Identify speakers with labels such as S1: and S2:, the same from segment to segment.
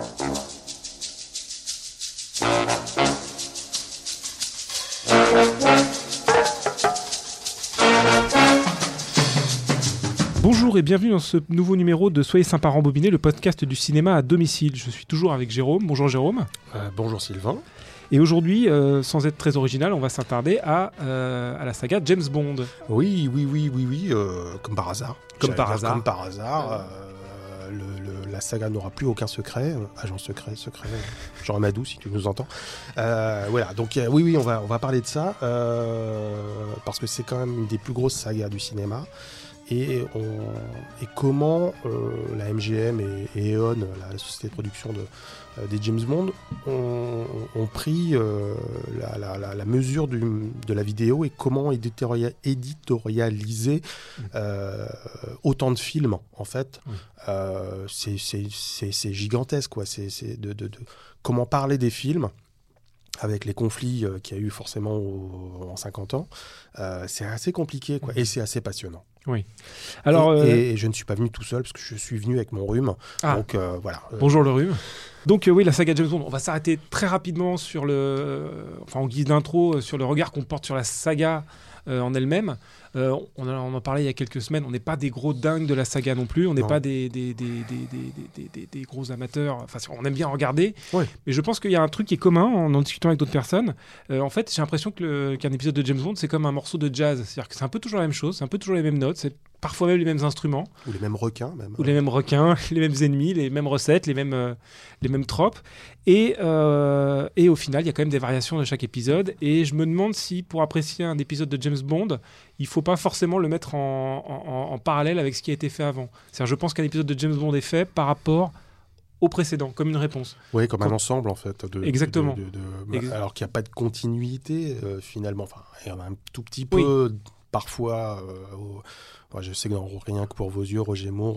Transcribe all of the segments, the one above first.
S1: Bonjour et bienvenue dans ce nouveau numéro de Soyez sympa rembobiné, le podcast du cinéma à domicile. Je suis toujours avec Jérôme. Bonjour Jérôme.
S2: Bonjour Sylvain.
S1: Et aujourd'hui, sans être très original, on va s'attarder à la saga James Bond.
S2: Oui, comme par hasard.
S1: Comme par hasard.
S2: La saga n'aura plus aucun secret. Agent secret. Jean Amadou, si tu nous entends. Voilà, donc oui, on va parler de ça. Parce que c'est quand même une des plus grosses sagas du cinéma. Et comment la MGM et Eon, la société de production des James Bond, ont pris la mesure de la vidéo et comment éditorialiser autant de films, en fait. C'est gigantesque, quoi. C'est de comment parler des films avec les conflits qu'il y a eu forcément en 50 ans. C'est assez compliqué, quoi, et c'est assez passionnant.
S1: Oui. Alors,
S2: et je ne suis pas venu tout seul parce que je suis venu avec mon rhume. Donc voilà.
S1: Bonjour le rhume. Donc oui, la saga James Bond. On va s'arrêter très rapidement sur en guise d'intro, sur le regard qu'on porte sur la saga en elle-même. On en parlait il y a quelques semaines. On n'est pas des gros dingues de la saga non plus. On n'est pas des gros amateurs. Enfin, on aime bien regarder.
S2: Oui.
S1: Mais je pense qu'il y a un truc qui est commun en discutant avec d'autres personnes. En fait, j'ai l'impression qu'un épisode de James Bond, c'est comme un morceau de jazz. C'est-à-dire que c'est un peu toujours la même chose. C'est un peu toujours les mêmes notes. C'est parfois même les mêmes instruments.
S2: Ou les mêmes requins, même.
S1: Ou les mêmes requins, les mêmes ennemis, les mêmes recettes, les mêmes tropes. Et au final, il y a quand même des variations de chaque épisode. Et je me demande si, pour apprécier un épisode de James Bond, il ne faut pas forcément le mettre en parallèle avec ce qui a été fait avant. C'est-à-dire, je pense qu'un épisode de James Bond est fait par rapport au précédent, comme une réponse.
S2: Oui, comme un ensemble, en fait.
S1: Exactement.
S2: Alors qu'il n'y a pas de continuité, finalement. Enfin, il y en a un tout petit peu, parfois... je sais que dans Rien que pour vos yeux, Roger Moore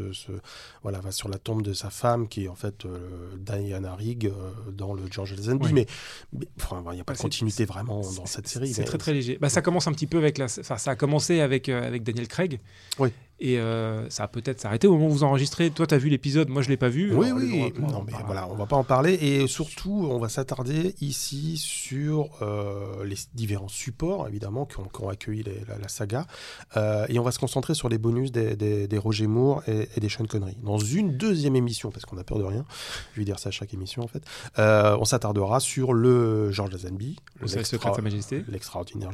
S2: va sur la tombe de sa femme, qui est en fait Diana Rigg dans le George Lazenby.
S1: Oui.
S2: Mais il n'y a pas de continuité vraiment dans cette série.
S1: C'est très très léger. Ça commence un petit peu avec ça a commencé avec Daniel Craig.
S2: Oui.
S1: Et ça a peut-être s'arrêté au moment où vous enregistrez. Toi, tu as vu l'épisode, moi je l'ai pas vu.
S2: Oui. Voilà, on va pas en parler. Et surtout, on va s'attarder ici sur les différents supports, évidemment, qui ont accueilli la saga. Et on va se concentrer sur les bonus des Roger Moore et des Sean Connery. Dans une deuxième émission, parce qu'on a peur de rien, je vais dire ça à chaque émission en fait, on s'attardera sur le George Lazenby,
S1: le secret de Sa Majesté,
S2: l'extraordinaire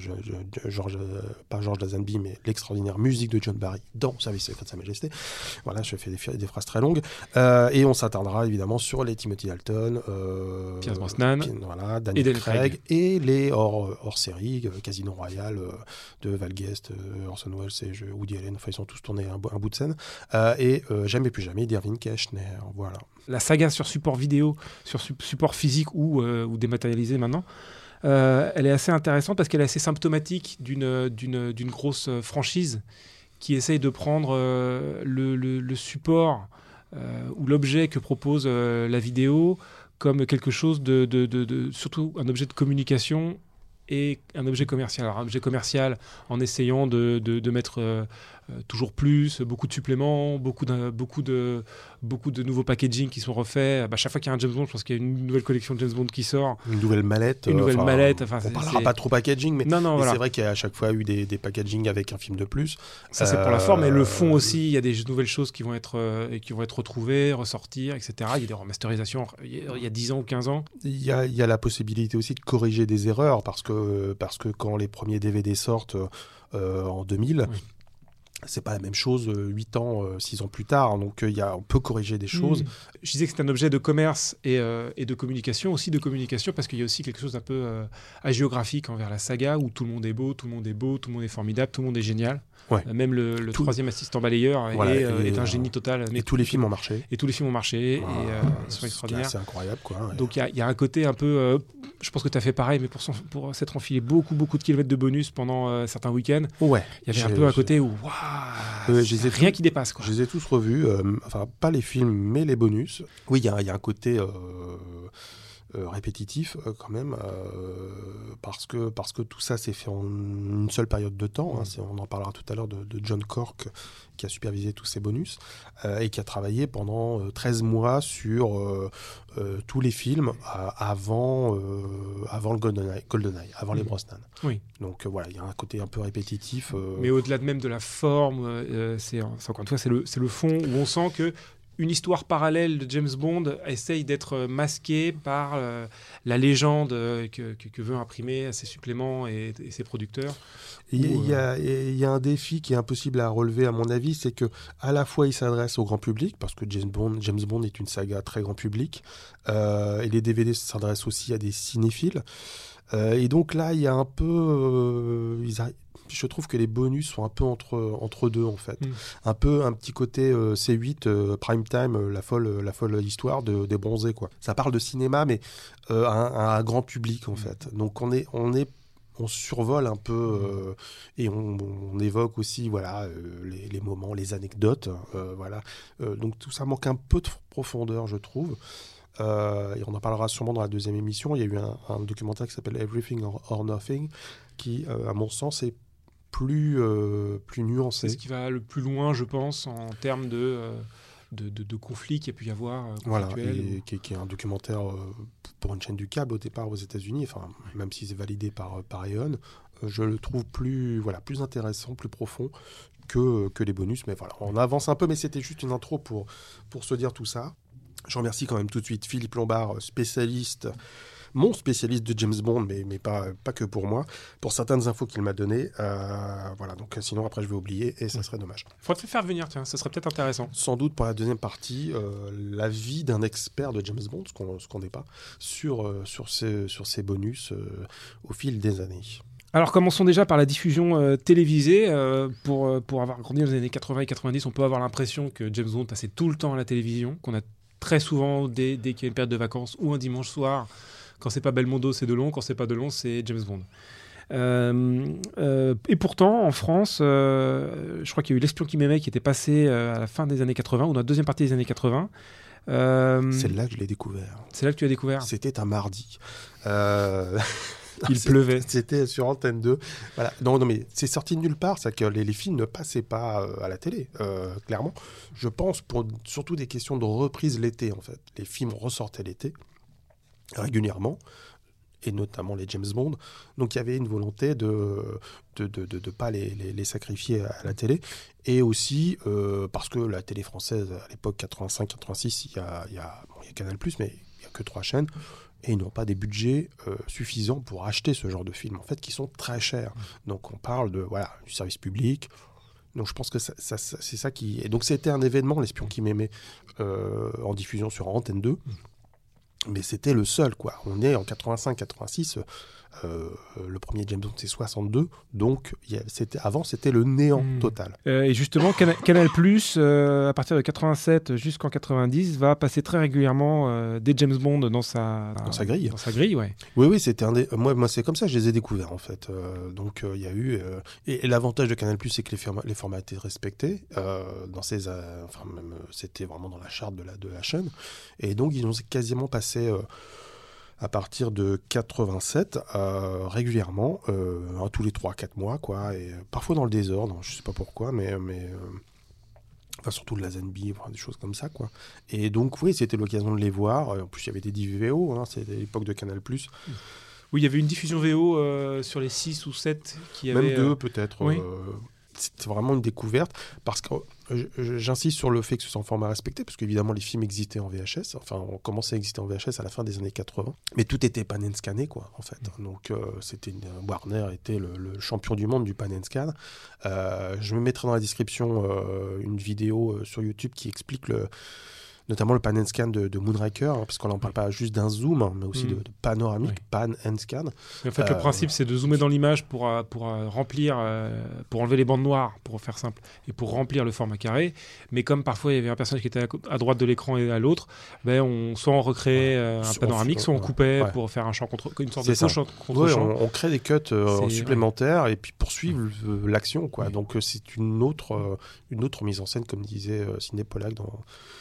S2: pas George Lazenby, mais l'extraordinaire musique de John Barry dans Service secret de Sa Majesté. Voilà, je fais des phrases très longues. Et on s'attardera évidemment sur les Timothy Dalton,
S1: Pierce Brosnan,
S2: Daniel Craig et les hors-série, Casino Royale de Val Guest, Orson Welles et Woody Allen. Enfin, ils sont tous tournés un bout de scène. Et Jamais plus jamais d'Irving Keschner. Voilà.
S1: La saga sur support vidéo, sur support physique ou dématérialisé maintenant, elle est assez intéressante parce qu'elle est assez symptomatique d'une grosse franchise qui essaye de prendre le support ou l'objet que propose la vidéo comme quelque chose surtout un objet de communication et un objet commercial. Alors, un objet commercial en essayant de mettre toujours plus, beaucoup de suppléments, beaucoup de nouveaux packaging qui sont refaits. Chaque fois qu'il y a un James Bond, je pense qu'il y a une nouvelle collection de James Bond qui sort.
S2: Une nouvelle mallette.
S1: On
S2: ne parlera pas trop packaging, mais
S1: voilà.
S2: C'est vrai qu'il y a à chaque fois eu des packaging avec un film de plus.
S1: Ça, c'est pour la forme, mais le fond aussi, il y a des nouvelles choses qui vont être retrouvées, ressortir, etc. Il y a des remasterisations il y a 10 ans ou 15 ans.
S2: Il y a la possibilité aussi de corriger des erreurs, parce que quand les premiers DVD sortent en 2000... Oui. C'est pas la même chose 8 ans, 6 ans plus tard. Donc on peut corriger des choses.
S1: Je disais que c'est un objet de commerce et de communication, aussi de communication, parce qu'il y a aussi quelque chose d'un peu hagiographique envers la saga, où tout le monde est beau, tout le monde est beau, tout le monde est formidable, tout le monde est génial.
S2: Ouais.
S1: Même le troisième assistant balayeur est un génie total.
S2: Et tous les films ont marché.
S1: Et ils sont extraordinaires.
S2: C'est incroyable, quoi. Ouais.
S1: Donc il y a un côté un peu... je pense que tu as fait pareil, mais pour s'être enfilé beaucoup de kilomètres de bonus pendant certains week-ends,
S2: ouais,
S1: il y avait un peu un côté où... rien qui dépasse, quoi.
S2: Je les ai tous revus. Pas les films, mais les bonus. Oui, il y a un côté... répétitif quand même, parce que tout ça s'est fait en une seule période de temps. On en parlera tout à l'heure de John Cork, qui a supervisé tous ces bonus, et qui a travaillé pendant 13 mois sur tous les films avant le GoldenEye, avant les Brosnan.
S1: Oui.
S2: Donc voilà, il y a un côté un peu répétitif.
S1: Mais au-delà même de la forme, c'est encore une fois, c'est le fond où on sent que une histoire parallèle de James Bond essaye d'être masquée par la légende que veut imprimer ses suppléments et ses producteurs.
S2: Il y a un défi qui est impossible à relever à mon avis, c'est que à la fois il s'adresse au grand public, parce que James Bond est une saga très grand public, et les DVD s'adressent aussi à des cinéphiles. Et donc là, il y a un peu... je trouve que les bonus sont un peu entre deux, en fait. Un petit côté C8, prime time, la folle histoire des bronzés, quoi. Ça parle de cinéma, mais à un grand public, en fait. Donc on survole un peu et on évoque aussi les moments, les anecdotes. Voilà. Donc tout ça manque un peu de profondeur, je trouve. Et on en parlera sûrement dans la deuxième émission. Il y a eu un documentaire qui s'appelle Everything or Nothing, qui, à mon sens, est plus nuancé.
S1: C'est ce qui va le plus loin, je pense, en termes de conflits qu'il y a pu y avoir.
S2: Voilà, et qui est un documentaire pour une chaîne du câble au départ aux États-Unis, enfin, même si c'est validé par Eon, je le trouve plus intéressant, plus profond que les bonus. Mais voilà, on avance un peu, mais c'était juste une intro pour se dire tout ça. Je remercie quand même tout de suite Philippe Lombard, mon spécialiste de James Bond, mais pas que pour moi, pour certaines infos qu'il m'a données. Voilà, donc sinon après je vais oublier et ça serait dommage.
S1: Il faudrait te faire venir, tiens, ça serait peut-être intéressant.
S2: Sans doute pour la deuxième partie, l'avis d'un expert de James Bond, ce qu'on n'est pas, sur ces bonus au fil des années.
S1: Alors commençons déjà par la diffusion télévisée. Pour avoir grandi dans les années 80 et 90, on peut avoir l'impression que James Bond passait tout le temps à la télévision, qu'on a très souvent, dès qu'il y a une période de vacances ou un dimanche soir, quand c'est pas Belmondo, c'est Delon, quand c'est pas Delon, c'est James Bond. Et pourtant, en France, je crois qu'il y a eu L'espion qui m'aimait qui était passé à la fin des années 80, ou dans la deuxième partie des années 80.
S2: C'est là que je l'ai découvert.
S1: C'est là que tu as découvert.
S2: C'était un mardi.
S1: Il pleuvait.
S2: C'était sur Antenne 2. Voilà. Non, mais c'est sorti de nulle part. C'est que les films ne passaient pas à la télé, clairement. Je pense pour surtout des questions de reprise l'été, en fait. Les films ressortaient l'été, régulièrement, et notamment les James Bond. Donc il y avait une volonté de pas les sacrifier à la télé. Et aussi, parce que la télé française, à l'époque 85-86, il y a Canal+, mais il n'y a que 3 chaînes. Et ils n'ont pas des budgets suffisants pour acheter ce genre de films, en fait, qui sont très chers. Donc on parle du service public. Donc je pense que c'est ça qui... Et donc c'était un événement, L'espion qui m'aimait, en diffusion sur Antenne 2. Mais c'était le seul, quoi. On est en 85-86, le premier James Bond c'est 62, donc avant c'était le néant total.
S1: Et justement, Canal+, à partir de 87 jusqu'en 90, va passer très régulièrement des James Bond dans sa grille. Dans sa grille, ouais.
S2: Oui, c'était moi c'est comme ça que je les ai découverts, en fait. Donc il y a eu... et l'avantage de Canal+, c'est que les formats étaient respectés. Même c'était vraiment dans la charte de la chaîne. Et donc ils ont quasiment passé... à partir de 87, régulièrement, tous les 3-4 mois, quoi, et parfois dans le désordre, je sais pas pourquoi, mais surtout de la Zenby, des choses comme ça, quoi. Et donc, oui, c'était l'occasion de les voir. En plus, il y avait des VO, c'était l'époque de Canal+.
S1: Oui, il y avait une diffusion VO sur les 6 ou 7 qui avaient...
S2: Même 2, peut-être.
S1: Oui.
S2: C'était vraiment une découverte, parce que j'insiste sur le fait que ce soit en format respecté, parce qu'évidemment les films existaient en VHS, on commençait à exister en VHS à la fin des années 80, mais tout était pan and scanné, quoi, en fait. Donc Warner était le champion du monde du pan and scan. Je me mettrai dans la description une vidéo sur YouTube qui explique notamment le pan and scan de Moonraker, parce qu'on n'en parle pas juste d'un zoom, mais aussi de panoramique, pan and scan.
S1: Mais en fait, le principe, c'est de zoomer dans l'image pour remplir, pour enlever les bandes noires, pour faire simple, et pour remplir le format carré. Mais comme parfois, il y avait un personnage qui était à droite de l'écran et à l'autre, soit on recréait un panoramique, soit on coupait pour faire un champ une sorte de champ contre champ.
S2: On crée des cuts supplémentaires et puis poursuivre l'action, quoi. Donc, c'est une autre mise en scène, comme disait Sidney Pollack dans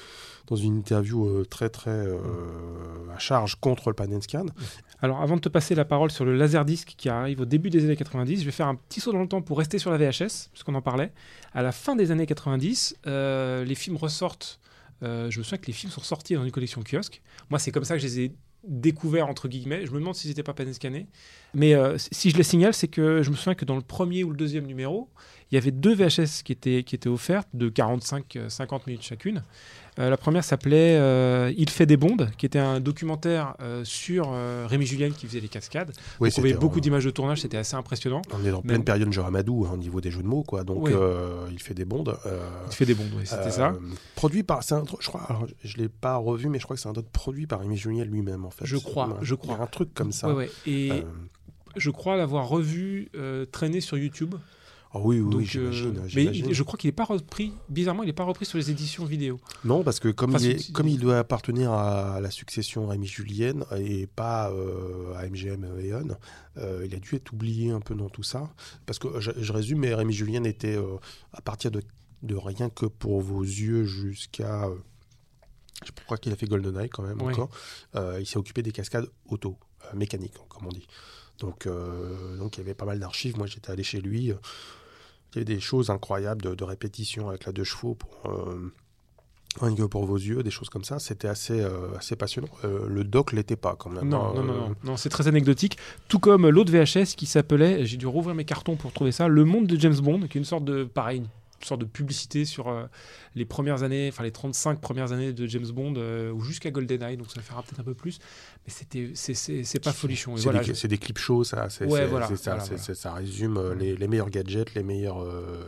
S2: dans une interview très à charge contre le pan and scan.
S1: Alors, avant de te passer la parole sur le Laserdisc qui arrive au début des années 90, je vais faire un petit saut dans le temps pour rester sur la VHS, puisqu'on en parlait. À la fin des années 90, les films ressortent. Je me souviens que les films sont sortis dans une collection kiosque. Moi, c'est comme ça que je les ai découverts, entre guillemets. Je me demande s'ils n'étaient pas pan and scannés. Mais si je les signale, c'est que je me souviens que dans le premier ou le deuxième numéro, il y avait 2 VHS qui étaient offertes de 45-50 minutes chacune. La première s'appelait Il fait des bombes, qui était un documentaire sur Rémi Julien qui faisait les cascades.
S2: Oui,
S1: on avait beaucoup d'images de tournage, c'était assez impressionnant.
S2: On est dans pleine période Jean Amadou au niveau des jeux de mots, quoi. Donc il fait des bondes.
S1: Il fait des bombes, oui, c'était ça.
S2: Produit par, je crois, alors, je l'ai pas revu, mais je crois que c'est un autre produit par Rémi Julien lui-même, en fait.
S1: Je crois.
S2: Il y a un truc comme ça.
S1: Ouais. Et je crois l'avoir revu traîner sur YouTube.
S2: Oh oui,
S1: Donc,
S2: j'imagine.
S1: Mais je crois qu'il n'est pas repris. Bizarrement, il n'est pas repris sur les éditions vidéo.
S2: Non, parce que comme il doit appartenir à la succession Rémi Julienne et pas à MGM et Eon, il a dû être oublié un peu dans tout ça. Parce que je résume, mais Rémi Julienne était à partir de Rien que pour vos yeux jusqu'à. Je crois qu'il a fait GoldenEye quand même encore. Il s'est occupé des cascades auto, mécaniques, comme on dit. Donc il y avait pas mal d'archives. Moi, j'étais allé chez lui. Il y avait des choses incroyables de répétition avec la 2 chevaux Rien que pour vos yeux, des choses comme ça. C'était assez passionnant. Le doc l'était pas quand même.
S1: Non, c'est très anecdotique. Tout comme l'autre VHS qui s'appelait, j'ai dû rouvrir mes cartons pour trouver ça, Le Monde de James Bond, qui est une sorte de publicité sur les premières années, enfin les 35 premières années de James Bond ou jusqu'à GoldenEye, donc ça fera peut-être un peu plus, mais c'est pas folichon.
S2: C'est des clips shows, ça. Ça résume les meilleurs gadgets, les meilleures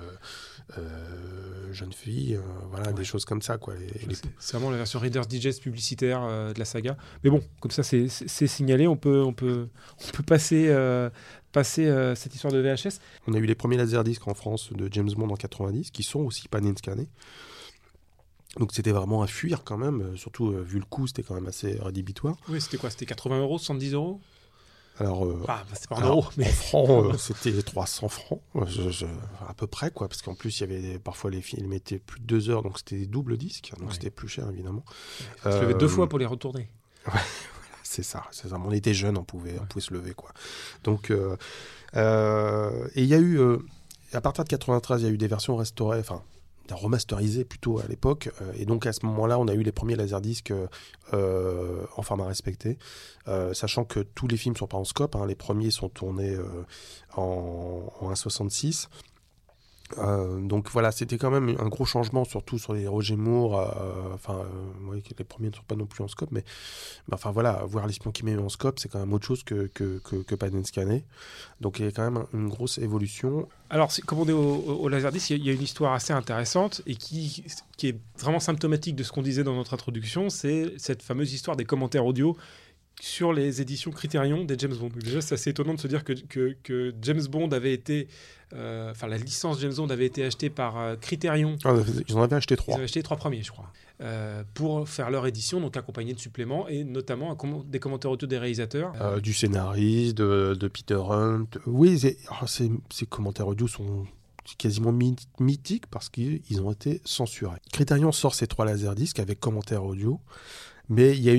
S2: jeunes filles, des choses comme ça, quoi.
S1: C'est vraiment la version Reader's Digest publicitaire de la saga. Mais bon, comme ça c'est signalé, on peut passer cette histoire de VHS.
S2: On a eu les premiers laserdiscs en France de James Bond en 90 qui sont aussi pan and scannés. Donc c'était vraiment à fuir quand même, surtout vu le coût, c'était quand même assez rédhibitoire.
S1: Oui, c'était quoi ? C'était 80 €, 70 €?
S2: Alors,
S1: c'est pas en euros, mais
S2: en francs, c'était 300 francs, à peu près, quoi, parce qu'en plus, il y avait parfois les films étaient plus de 2 heures, donc c'était des doubles disques, donc c'était plus cher, évidemment.
S1: Il faut se lever 2 fois pour les retourner.
S2: Ouais, c'est ça. On était jeunes, on pouvait se lever, quoi. Donc, et il y a eu, à partir de 93, il y a eu des versions restaurées, remasterisé plutôt à l'époque, et donc à ce moment-là on a eu les premiers laserdiscs en format respecté, sachant que tous les films sont pas en scope, les premiers sont tournés en 1.66. Donc voilà, c'était quand même un gros changement, surtout sur les Roger Moore. Les premiers ne sont pas non plus en scope, mais voir l'espion qui met en scope, c'est quand même autre chose que pan and scanner. Donc il y a quand même une grosse évolution.
S1: Alors, comme on est au Laserdisc, il y a une histoire assez intéressante et qui est vraiment symptomatique de ce qu'on disait dans notre introduction, c'est cette fameuse histoire des commentaires audio sur les éditions Criterion des James Bond. Déjà, c'est assez étonnant de se dire que James Bond avait été... la licence James Bond avait été achetée par Criterion.
S2: Ils en avaient acheté 3.
S1: Ils avaient acheté les 3 premiers, je crois. Pour faire leur édition, donc accompagnée de suppléments, et notamment des commentaires audio des réalisateurs.
S2: Du scénariste, de Peter Hunt. Oui, ces commentaires audio sont quasiment mythiques parce qu'ils ont été censurés. Criterion sort ces 3 laserdiscs avec commentaires audio, mais il y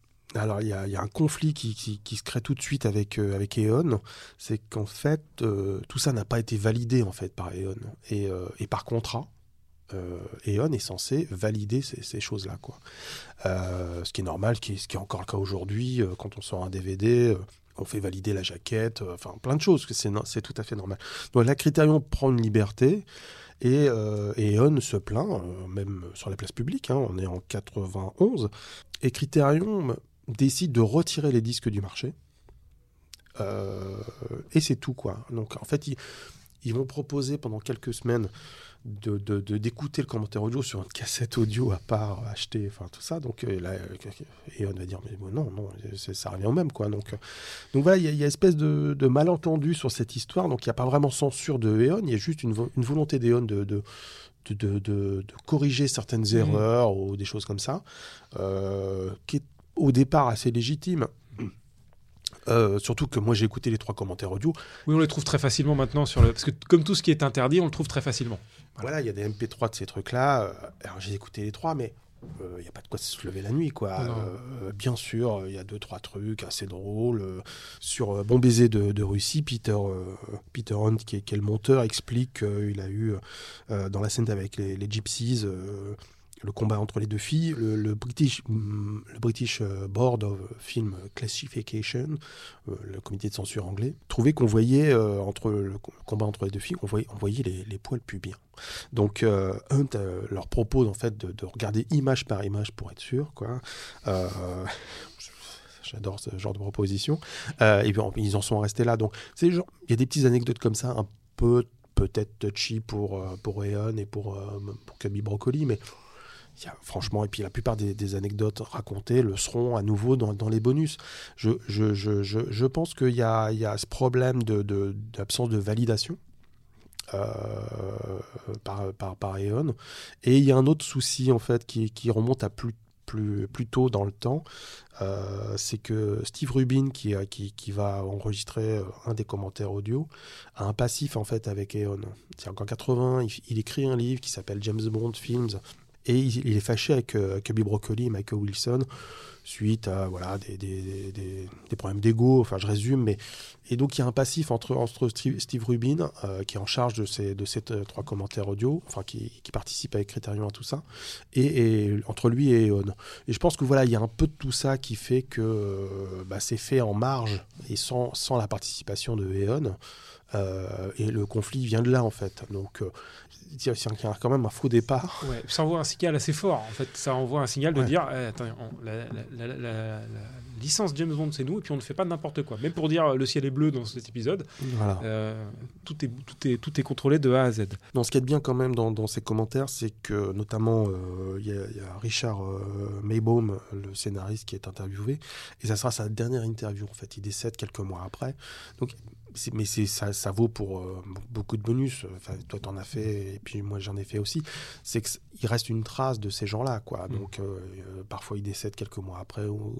S2: a un conflit qui se crée tout de suite avec Eon, c'est qu'en fait tout ça n'a pas été validé en fait par Eon et par contrat. Eon est censé valider ces choses-là, quoi. Ce qui est normal, ce qui est encore le cas aujourd'hui. Quand on sort un DVD, on fait valider la jaquette, plein de choses, c'est tout à fait normal. Donc la Criterion prend une liberté et Eon se plaint, même sur la place publique, on est en 91, et Criterion décide de retirer les disques du marché. Et c'est tout, quoi. Donc en fait, ils vont proposer pendant quelques semaines d'écouter le commentaire audio sur une cassette audio à part acheter, tout ça. Donc là, Eon va dire mais non, ça revient au même, quoi. Donc voilà, il y a espèce de malentendu sur cette histoire. Donc il n'y a pas vraiment censure de Eon, il y a juste une volonté d'Eon de corriger certaines erreurs ou des choses comme ça, qui est au départ assez légitime. Surtout que moi j'ai écouté les 3 commentaires audio.
S1: Oui, on les trouve très facilement maintenant parce que comme tout ce qui est interdit, on le trouve très facilement.
S2: Voilà, il y a des MP3 de ces trucs-là. Alors j'ai écouté les 3, mais il n'y a pas de quoi se lever la nuit, quoi. Bien sûr, il y a 2-3 trucs assez drôles. Sur Bon baiser de Russie, Peter Hunt, qui est le monteur, explique qu'il a eu, dans la scène avec les Gypsies, le combat entre les deux filles, le British Board of Film Classification, le comité de censure anglais, trouvait qu'on voyait, entre le combat entre les deux filles, on voyait les poils pubiens. Donc Hunt leur propose en fait de regarder image par image pour être sûr, quoi. J'adore ce genre de proposition. Et puis ils en sont restés là. Donc il y a des petites anecdotes comme ça, un peu peut-être touchy pour Eon et pour Cubby Broccoli, mais franchement, et puis la plupart des anecdotes racontées le seront à nouveau dans les bonus. Je pense qu'il y a ce problème d'absence de validation par Eon, et il y a un autre souci en fait qui remonte à plus tôt dans le temps, c'est que Steve Rubin qui va enregistrer un des commentaires audio a un passif en fait avec Eon. C'est-à-dire qu'en 80, il écrit un livre qui s'appelle James Bond Films. Et il est fâché avec Cubby Broccoli et Michael Wilson suite à des problèmes d'ego, enfin je résume, mais et donc il y a un passif entre Steve Rubin qui est en charge de ces 3 commentaires audio, enfin qui participe avec Criterion à tout ça, et entre lui et Eon. Et je pense que il y a un peu de tout ça qui fait que c'est fait en marge et sans la participation de Eon. Et le conflit vient de là en fait. Donc il y a quand même un faux départ.
S1: Ouais, ça envoie un signal assez fort. En fait, ça envoie un signal de dire attends, la licence James Bond c'est nous, et puis on ne fait pas n'importe quoi. Même pour dire le ciel est bleu dans cet épisode,
S2: voilà.
S1: Tout est contrôlé de A à Z.
S2: Non, ce qui est bien quand même dans ces commentaires, c'est que notamment il y a Richard Maybaum, le scénariste, qui est interviewé, et ça sera sa dernière interview. En fait, il décède quelques mois après. Donc ça vaut pour beaucoup de bonus. Enfin, toi, t'en as fait, et puis moi, j'en ai fait aussi. C'est qu'il reste une trace de ces gens-là, quoi. Donc, parfois, ils décèdent quelques mois après.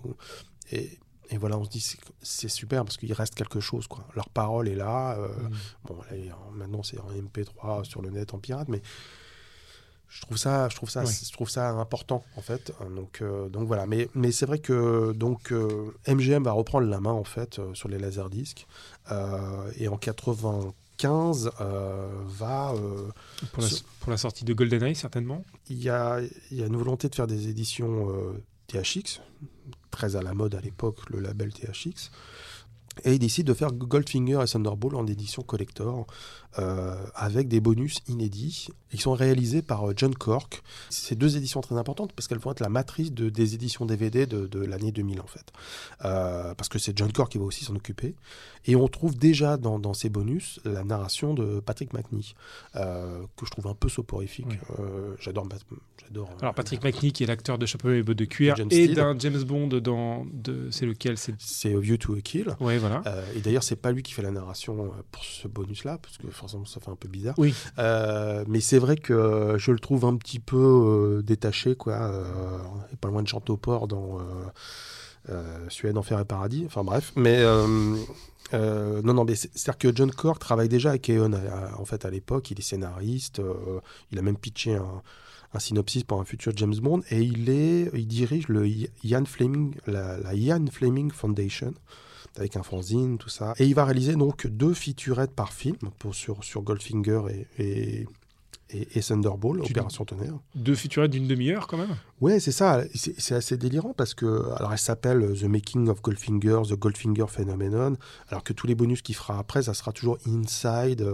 S2: Et voilà, on se dit, c'est super, parce qu'il reste quelque chose, quoi. Leur parole est là. Bon, là, maintenant, c'est en MP3 sur le net, en pirate, mais je trouve ça important, en fait. Donc voilà. Mais c'est vrai que MGM va reprendre la main, en fait, sur les laserdiscs. Et en 95 va...
S1: pour la sortie de GoldenEye, certainement.
S2: Il y a une volonté de faire des éditions THX, très à la mode à l'époque, le label THX. Et il décide de faire Goldfinger et Thunderball en édition collector, avec des bonus inédits. Ils sont réalisés par John Cork. C'est 2 éditions très importantes parce qu'elles vont être la matrice des éditions DVD de l'année 2000 en fait. Parce que c'est John Cork qui va aussi s'en occuper. Et on trouve déjà dans ces bonus la narration de Patrick Macnee, que je trouve un peu soporifique. Oui. J'adore.
S1: Alors Patrick Macnee qui est l'acteur de Chapeau et bottes de cuir et d'un James Bond c'est lequel?
S2: C'est A View to a Kill.
S1: Ouais, voilà.
S2: Et d'ailleurs c'est pas lui qui fait la narration pour ce bonus-là, parce que forcément ça fait un peu bizarre.
S1: Oui.
S2: Mais c'est vrai que je le trouve un petit peu détaché, quoi. Pas loin de Chantoport dans Suède, Enfer et Paradis. Enfin bref. Mais non, mais c'est-à-dire que John Cork travaille déjà avec Eon en fait à l'époque. Il est scénariste. Il a même pitché un synopsis pour un futur James Bond, et il dirige la Ian Fleming Foundation, avec un fanzine, tout ça. Et il va réaliser donc 2 featurettes par film sur Goldfinger et Thunderball, Opération Tonnerre.
S1: 2 featurettes d'une demi-heure quand même.
S2: Ouais, c'est ça. C'est assez délirant parce que, alors, elle s'appelle The Making of Goldfinger, The Goldfinger Phenomenon, alors que tous les bonus qu'il fera après, ça sera toujours Inside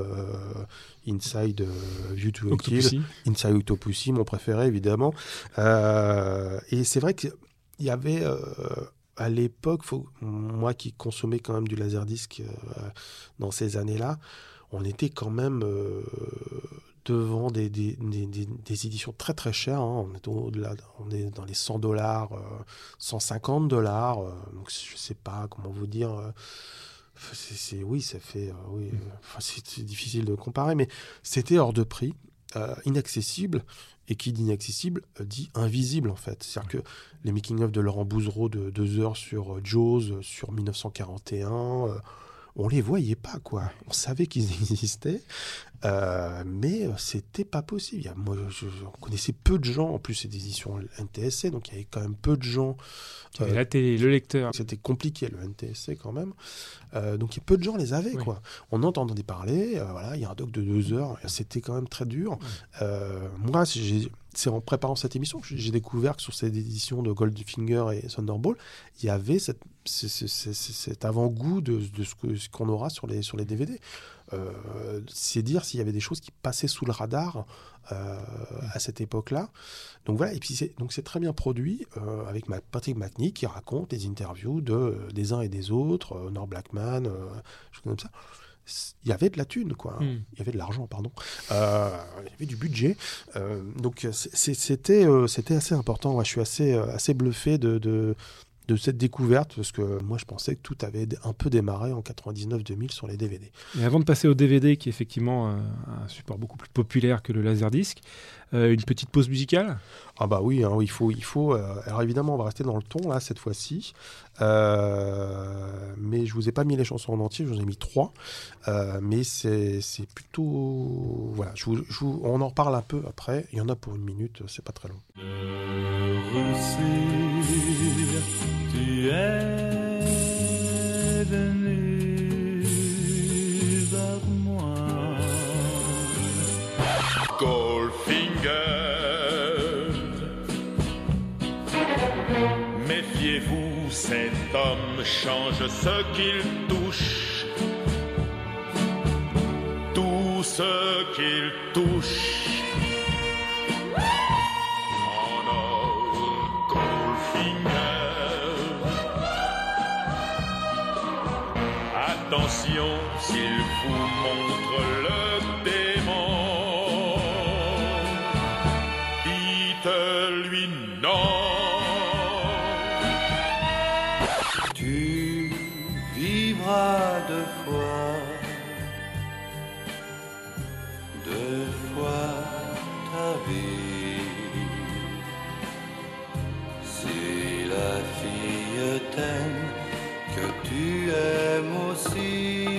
S2: View to a Kill, Inside Octopussy, mon préféré évidemment. Et c'est vrai qu'il y avait à l'époque, moi qui consommais quand même du laserdisc dans ces années-là, on était quand même devant des éditions très très chères. Hein. On est dans les $100, $150. Donc je sais pas comment vous dire. C'est difficile de comparer, mais c'était hors de prix, inaccessible. Et qui dit inaccessible dit invisible en fait. C'est-à-dire que les making-of de Laurent Bouzereau de 2 heures sur Jaws, sur 1941, on les voyait pas, quoi. On savait qu'ils existaient, mais c'était pas possible. Moi, on connaissait peu de gens. En plus, c'est des éditions NTSC, donc il y avait quand même peu de gens.
S1: Il y avait la télé, le lecteur.
S2: C'était compliqué, le NTSC, quand même. Donc peu de gens les avaient, quoi. On entendait parler, voilà, il y a un doc de 2 heures, c'était quand même très dur. Moi, c'est en préparant cette émission que j'ai découvert que sur cette édition de Goldfinger et Thunderball, il y avait cet avant-goût de ce qu'on aura sur les DVD. C'est dire s'il y avait des choses qui passaient sous le radar à cette époque-là. Donc voilà, et puis c'est très bien produit avec Patrick McNee qui raconte les interviews des uns et des autres, Nor Blackman, choses comme ça. Il y avait de la thune, quoi. Il y avait de l'argent, pardon. Il y avait du budget. Donc c'était assez important. Ouais, je suis assez bluffé de cette découverte, parce que moi je pensais que tout avait un peu démarré en 99-2000 sur les DVD.
S1: Et avant de passer au DVD, qui est effectivement un support beaucoup plus populaire que le Laserdisc, une petite pause musicale ?
S2: Ah bah oui, hein, il faut. Alors évidemment, on va rester dans le ton là cette fois-ci, mais je vous ai pas mis les chansons en entier, je vous ai mis 3, mais c'est plutôt voilà. On en reparle un peu après. Il y en a pour 1 minute, c'est pas très long.
S3: Tu es venu vers moi, Goldfinger. Méfiez-vous, cet homme change ce qu'il touche. Tout ce qu'il touche. Attention, s'il vous montre le démon, dites-lui non. Tu vivras 2 fois ta vie. Si la fille t'aime, que tu aimes aussi.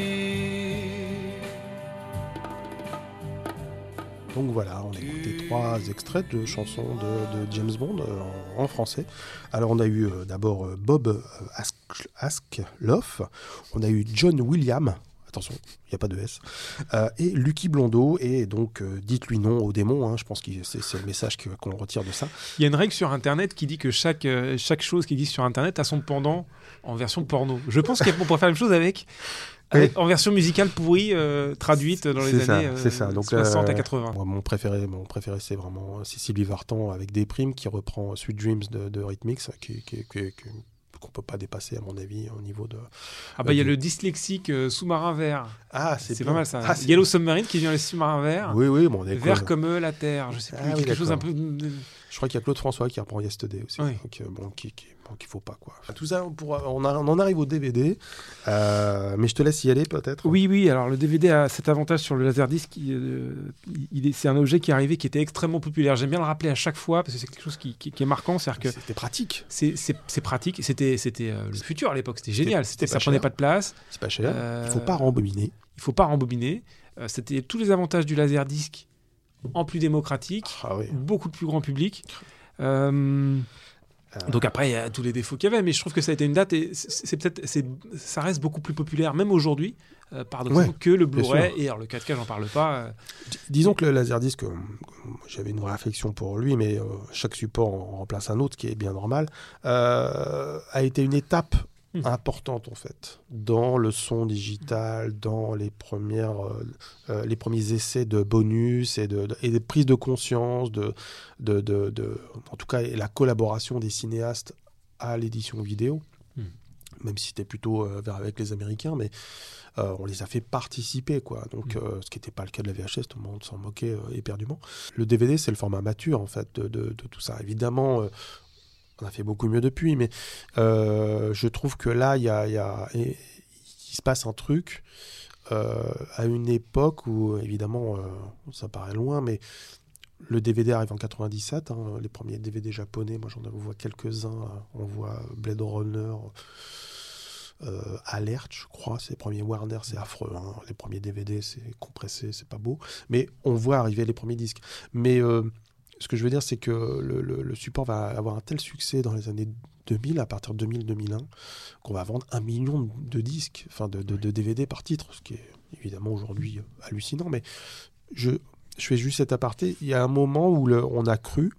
S2: Donc voilà, on a écouté 3 extraits de chansons de James Bond en français. Alors on a eu d'abord Bob Askloff, on a eu John Williams, attention, il n'y a pas de S, et Lucky Blondeau, et donc dites-lui non au démon, hein, je pense que c'est le message qu'on retire de ça.
S1: Il y a une règle sur Internet qui dit que chaque chose qui existe sur Internet a son pendant en version porno. Je pense qu'on pourrait faire la même chose avec en version musicale pourrie, traduite dans les années donc, 60 à 80.
S2: Moi, mon préféré, c'est vraiment Sylvie Vartan avec Des Primes, qui reprend Sweet Dreams de Rhythmix, qu'on peut pas dépasser à mon avis au niveau de...
S1: Ah bah il y a le dyslexique Sous-marin vert.
S2: Ah,
S1: c'est pas mal ça. Yellow Submarine qui vient les sous-marins verts.
S2: Oui, bon,
S1: vert comme la terre, je sais plus, quelque chose un peu...
S2: Je crois qu'il y a Claude François qui reprend Yesterday aussi.
S1: Oui.
S2: Donc, qu'il faut pas, quoi. Tout ça, on en arrive au DVD, mais je te laisse y aller peut-être.
S1: Oui, alors le DVD a cet avantage sur le Laserdisc, c'est un objet qui est arrivé qui était extrêmement populaire. J'aime bien le rappeler à chaque fois parce que c'est quelque chose qui est marquant.
S2: C'était pratique.
S1: C'est pratique, c'était le futur à l'époque, c'était génial, ça prenait pas de place.
S2: C'est pas cher, il faut pas rembobiner.
S1: C'était tous les avantages du Laserdisc en plus démocratique, beaucoup plus grand public. Donc après, il y a tous les défauts qu'il y avait, mais je trouve que ça a été une date et ça reste beaucoup plus populaire, même aujourd'hui, paradoxalement, que le Blu-ray. Et alors le 4K, j'en parle pas.
S2: Disons que le Laserdisc, j'avais une vraie affection pour lui, mais chaque support en remplace un autre, ce qui est bien normal, a été une étape importante en fait dans le son digital, dans les premiers essais de bonus et des prises de conscience en tout cas la collaboration des cinéastes à l'édition vidéo, même si c'était plutôt avec les Américains, mais on les a fait participer, quoi. Donc ce qui n'était pas le cas de la VHS, tout le monde s'en moquait éperdument. Le DVD, c'est le format mature en fait de tout ça. Évidemment, on a fait beaucoup mieux depuis, mais je trouve que là, il se passe un truc à une époque où, évidemment, ça paraît loin, mais le DVD arrive en 97, les premiers DVD japonais, moi j'en vois quelques-uns, on voit Blade Runner, Alerte, je crois, c'est les premiers Warner, c'est affreux, hein. Les premiers DVD, c'est compressé, c'est pas beau, mais on voit arriver les premiers disques. Mais ce que je veux dire, c'est que le support va avoir un tel succès dans les années 2000, à partir de 2000-2001, qu'on va vendre 1 million de disques, enfin de DVD par titre, ce qui est évidemment aujourd'hui hallucinant. Mais je fais juste cet aparté. Il y a un moment où on a cru,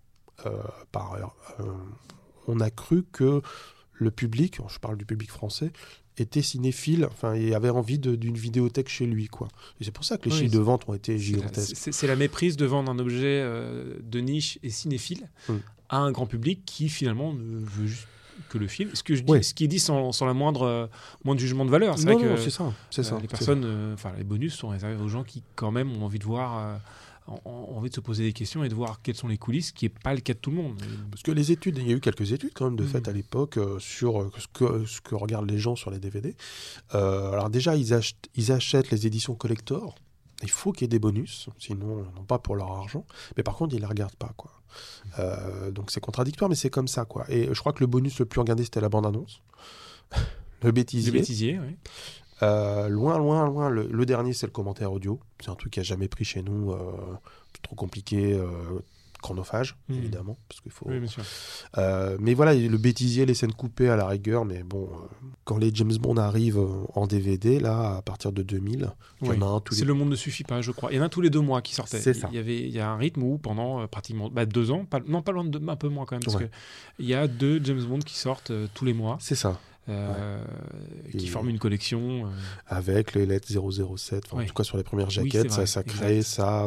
S2: on a cru que le public, je parle du public français, était cinéphile, enfin, et avait envie d'une vidéothèque chez lui, quoi. Et c'est pour ça que les chiffres de vente ont été gigantesques.
S1: C'est la méprise de vendre un objet de niche et cinéphile à un grand public qui finalement ne veut juste que le film. Ce que je dis, ce qui est dit sans la moindre jugement de valeur. C'est vrai que
S2: c'est ça.
S1: Les personnes, les bonus sont réservés aux gens qui quand même ont envie de voir. Ont envie de se poser des questions et de voir quelles sont les coulisses, ce qui n'est pas le cas de tout le monde.
S2: Parce que il y a eu quelques études quand même de fait à l'époque sur ce que regardent les gens sur les DVD. Alors déjà, ils achètent les éditions collector. Il faut qu'il y ait des bonus, sinon non pas pour leur argent. Mais par contre, ils ne les regardent pas, quoi. Donc c'est contradictoire, mais c'est comme ça, quoi. Et je crois que le bonus le plus regardé, c'était la bande-annonce. Le bêtisier.
S1: Le bêtisier, oui.
S2: Loin, le dernier, c'est le commentaire audio. C'est un truc qui n'a jamais pris chez nous. Trop compliqué, chronophage, évidemment. Parce qu'il faut...
S1: Oui, bien sûr.
S2: Mais voilà, le bêtisier, les scènes coupées à la rigueur. Mais bon, quand les James Bond arrivent en DVD, là, à partir de 2000, il y en a un tous les...
S1: Le monde ne suffit pas, je crois. Il y en a un tous les 2 mois qui sortaient.
S2: C'est ça.
S1: Il y a un rythme où pendant pratiquement 2 ans, pas loin de un peu moins quand même, parce qu'il y a 2 James Bond qui sortent tous les mois.
S2: C'est ça.
S1: Qui forment une collection
S2: avec les lettres 007, en tout cas sur les premières jaquettes, ça crée ça.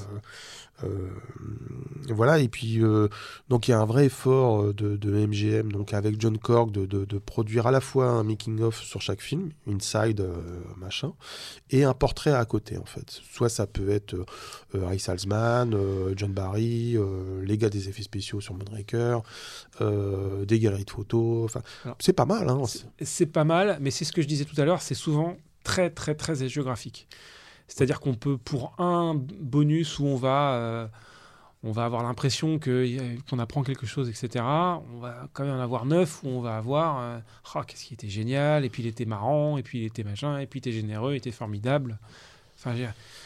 S2: Voilà, et puis donc il y a un vrai effort de MGM, donc avec John Cork, de produire à la fois un making-of sur chaque film, inside, machin, et un portrait à côté, en fait. Soit ça peut être Ray Salzman, John Barry, les gars des effets spéciaux sur Moonraker, des galeries de photos, enfin, c'est pas mal. Hein.
S1: C'est pas mal, mais c'est ce que je disais tout à l'heure, c'est souvent très, très, très géographique. C'est-à-dire qu'on peut, pour un bonus où on va avoir l'impression qu'on apprend quelque chose, etc., on va quand même en avoir 9 où on va avoir qu'est-ce qui était génial, et puis il était marrant, et puis il était machin, et puis il était généreux, il était formidable. Enfin,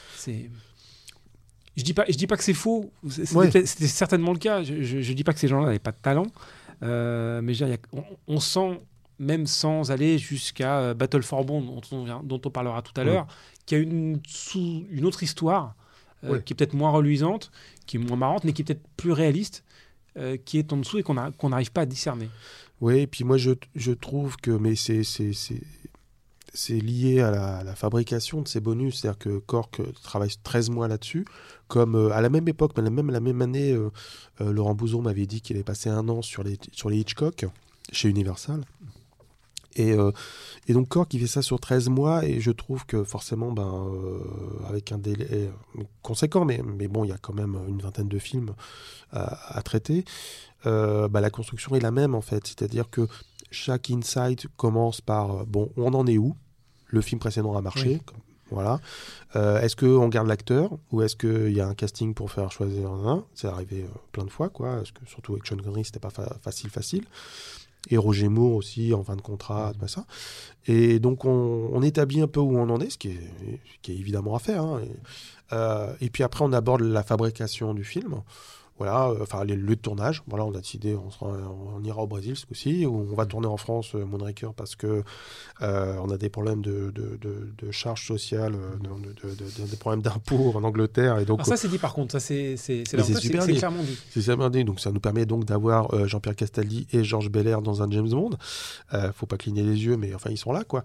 S1: je dis pas que c'est faux, c'était certainement le cas. Je dis pas que ces gens-là n'avaient pas de talent, mais on sent, même sans aller jusqu'à Battle for Bond, dont on parlera tout à l'heure, qui a une autre histoire, qui est peut-être moins reluisante, qui est moins marrante, mais qui est peut-être plus réaliste, qui est en dessous et qu'on n'arrive pas à discerner.
S2: Oui, et puis moi je trouve que c'est lié à la fabrication de ces bonus, c'est-à-dire que Cork travaille 13 mois là-dessus, comme à la même époque, mais la même année, Laurent Bouzon m'avait dit qu'il avait passé 1 an sur les Hitchcock, chez Universal. Et donc Cork il fait ça sur 13 mois et je trouve que forcément avec un délai conséquent, mais bon, il y a quand même une vingtaine de films à traiter, la construction est la même en fait, c'est-à-dire que chaque insight commence par on en est où, le film précédent a marché, voilà. Est-ce qu'on garde l'acteur ou est-ce qu'il y a un casting pour faire choisir un? C'est arrivé plein de fois, quoi. Est-ce que, surtout avec Sean Connery, c'était pas facile. Et Roger Moore aussi, en fin de contrat, tout ça. Et donc, on établit un peu où on en est, ce qui est évidemment à faire. Hein. Et puis après, on aborde la fabrication du film. Voilà, les lieux de tournage. Voilà, on a décidé, on ira au Brésil ce coup-ci, ou on va tourner en France Moonraker parce que on a des problèmes de charges sociales, des problèmes d'impôts en Angleterre. Et donc,
S1: alors ça, c'est dit par contre, ça c'est clairement dit.
S2: C'est clairement dit. Donc ça nous permet donc d'avoir Jean-Pierre Castaldi et Georges Belair dans un James Bond. Faut pas cligner les yeux, mais enfin ils sont là, quoi.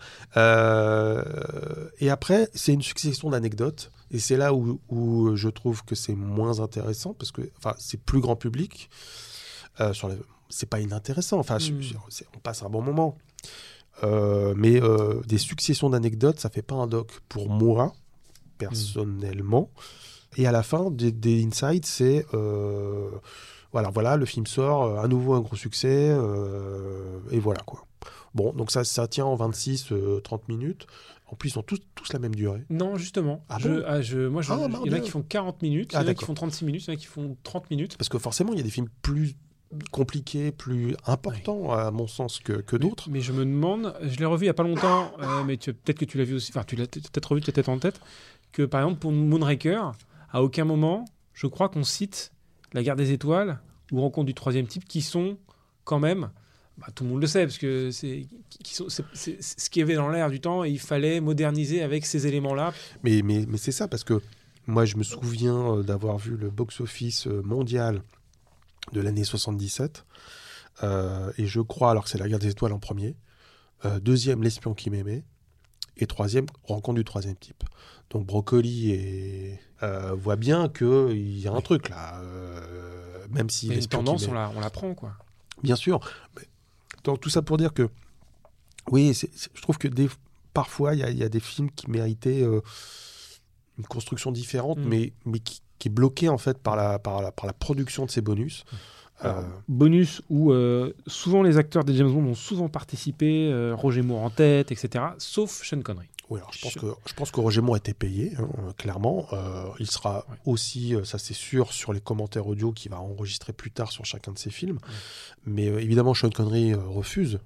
S2: Et après, c'est une succession d'anecdotes. Et c'est là où je trouve que c'est moins intéressant, parce que c'est plus grand public. C'est pas inintéressant. On passe un bon moment. Mais des successions d'anecdotes, ça fait pas un doc pour moi, personnellement. Et à la fin, des insights, c'est... voilà, le film sort, à nouveau un gros succès, et voilà, quoi. Bon, donc ça tient en 26-30 minutes. En plus, ils ont tous la même durée.
S1: Non, justement. Il y en a qui font 40 minutes, il y en a qui font 36 minutes, il y en a qui font 30 minutes.
S2: Parce que forcément, il y a des films plus compliqué, plus important à mon sens que d'autres.
S1: Mais je me demande, je l'ai revu il n'y a pas longtemps, mais peut-être que tu l'as vu aussi, enfin tu l'as peut-être revu, tu as peut-être en tête, que par exemple pour Moonraker, à aucun moment, je crois qu'on cite La Guerre des Étoiles ou Rencontre du troisième type, qui sont quand même, tout le monde le sait, parce que c'est ce qui avait dans l'air du temps, et il fallait moderniser avec ces éléments-là.
S2: Mais c'est ça, parce que moi je me souviens d'avoir vu le box-office mondial de l'année 77, et je crois, alors que c'est La Guerre des Étoiles en premier, deuxième L'espion qui m'aimait, et troisième Rencontre du troisième type. Donc Broccoli voit bien qu'il y a un truc là, même si
S1: une
S2: L'espion
S1: tendance,
S2: qui m'aimait...
S1: on la prend, quoi.
S2: Bien sûr. Donc, tout ça pour dire que, oui, je trouve que parfois, il y a des films qui méritaient une construction différente, mais qui est bloquée, en fait, par la production de ces bonus.
S1: Bonus où souvent les acteurs des James Bond ont souvent participé, Roger Moore en tête, etc., sauf Sean Connery.
S2: Oui, alors je pense que Roger Moore a été payé, clairement. Il sera aussi, ça c'est sûr, sur les commentaires audio qu'il va enregistrer plus tard sur chacun de ses films. Mais évidemment, Sean Connery refuse.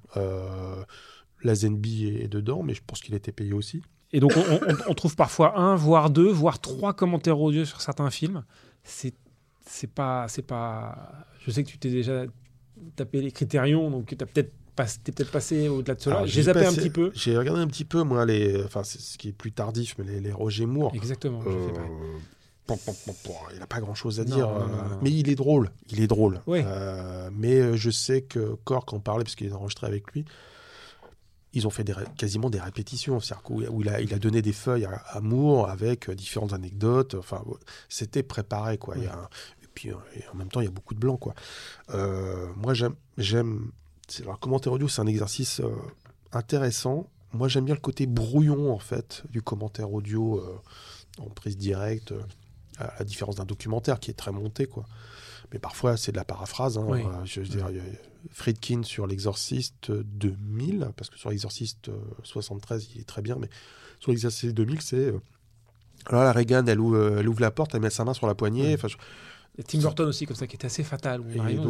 S2: Lazenby est dedans, mais je pense qu'il a été payé aussi.
S1: Et donc on trouve parfois 1, voire 2, voire 3 commentaires audio sur certains films. C'est pas... Je sais que tu t'es déjà tapé les Critérions, donc tu as peut-être t'es peut-être passé au-delà de cela. J'ai zappé un petit peu.
S2: J'ai regardé un petit peu, moi, c'est ce qui est plus tardif, mais les Roger Moore.
S1: Exactement, je fais pareil.
S2: Il n'a pas grand-chose à dire. Non. Mais il est drôle.
S1: Oui.
S2: Mais je sais que Cork en parlait, parce qu'il est enregistré avec lui. Ils ont fait quasiment des répétitions, c'est-à-dire où il a donné des feuilles à Moore avec différentes anecdotes. Enfin, c'était préparé, quoi. Et puis, en même temps, il y a beaucoup de blanc, quoi. Moi, j'aime alors, commentaire audio, c'est un exercice intéressant. Moi, j'aime bien le côté brouillon, en fait, du commentaire audio en prise directe, à la différence d'un documentaire qui est très monté, quoi. Mais parfois, c'est de la paraphrase.
S1: Oui.
S2: Je veux dire, Friedkin sur l'Exorciste 2000, parce que sur l'Exorciste 73, il est très bien, mais sur l'Exorciste 2000, c'est... alors la Reagan, elle ouvre la porte, elle met sa main sur la poignée.
S1: Oui. Et Tim Burton aussi, comme ça, qui était assez fatal.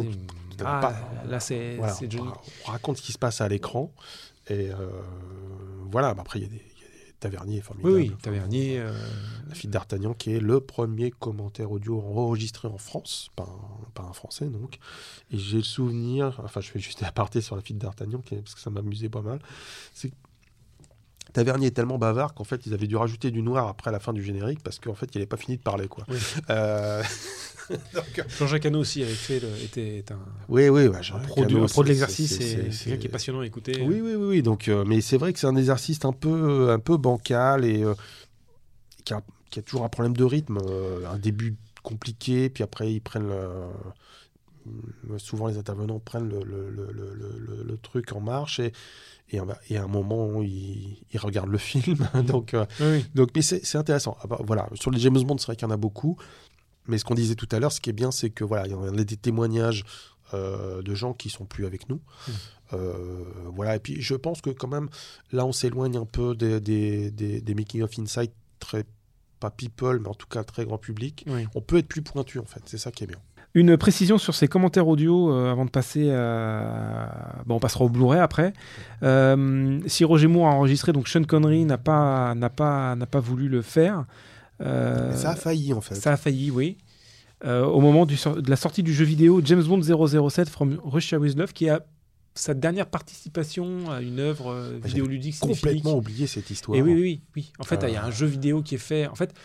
S1: Là, c'est Johnny.
S2: On raconte ce qui se passe à l'écran. Et voilà, après, il y a des Tavernier formidable.
S1: Oui, Tavernier.
S2: La fille d'Artagnan, qui est le premier commentaire audio enregistré en France, par un Français, donc. Et j'ai le souvenir, enfin, je fais juste un aparté sur la fille d'Artagnan, parce que ça m'amusait pas mal. C'est Tavernier est tellement bavard qu'en fait, ils avaient dû rajouter du noir après la fin du générique parce qu'en fait, il n'avait pas fini de parler, quoi. Oui.
S1: Donc, Jean-Jacques Hano aussi avait fait était un
S2: pro
S1: de l'exercice, c'est quelqu'un qui est passionnant à écouter.
S2: Oui. Donc, mais c'est vrai que c'est un exercice un peu bancal et qui a toujours un problème de rythme, un début compliqué, puis après ils prennent souvent les intervenants prennent le truc en marche et à un moment ils regardent le film. donc mais c'est intéressant. Voilà, sur les James Bond, c'est vrai qu'il y en a beaucoup. Mais ce qu'on disait tout à l'heure, ce qui est bien, c'est que voilà, il y en a des témoignages de gens qui sont plus avec nous. Voilà, et puis je pense que quand même, là, on s'éloigne un peu des making of Insight, très pas people, mais en tout cas très grand public. Oui. On peut être plus pointu, en fait. C'est ça qui est bien.
S1: Une précision sur ces commentaires audio avant de passer on passera au Blu-ray après. Si Roger Moore a enregistré, donc Sean Connery n'a pas voulu le faire.
S2: Ça a failli, en fait.
S1: Ça a failli, oui. Au moment de la sortie du jeu vidéo James Bond 007 From Russia With Love, qui a sa dernière participation à une œuvre vidéoludique cinéphilique.
S2: Complètement oublié cette histoire.
S1: Et oui. En fait, il y a un jeu vidéo qui est fait. En fait,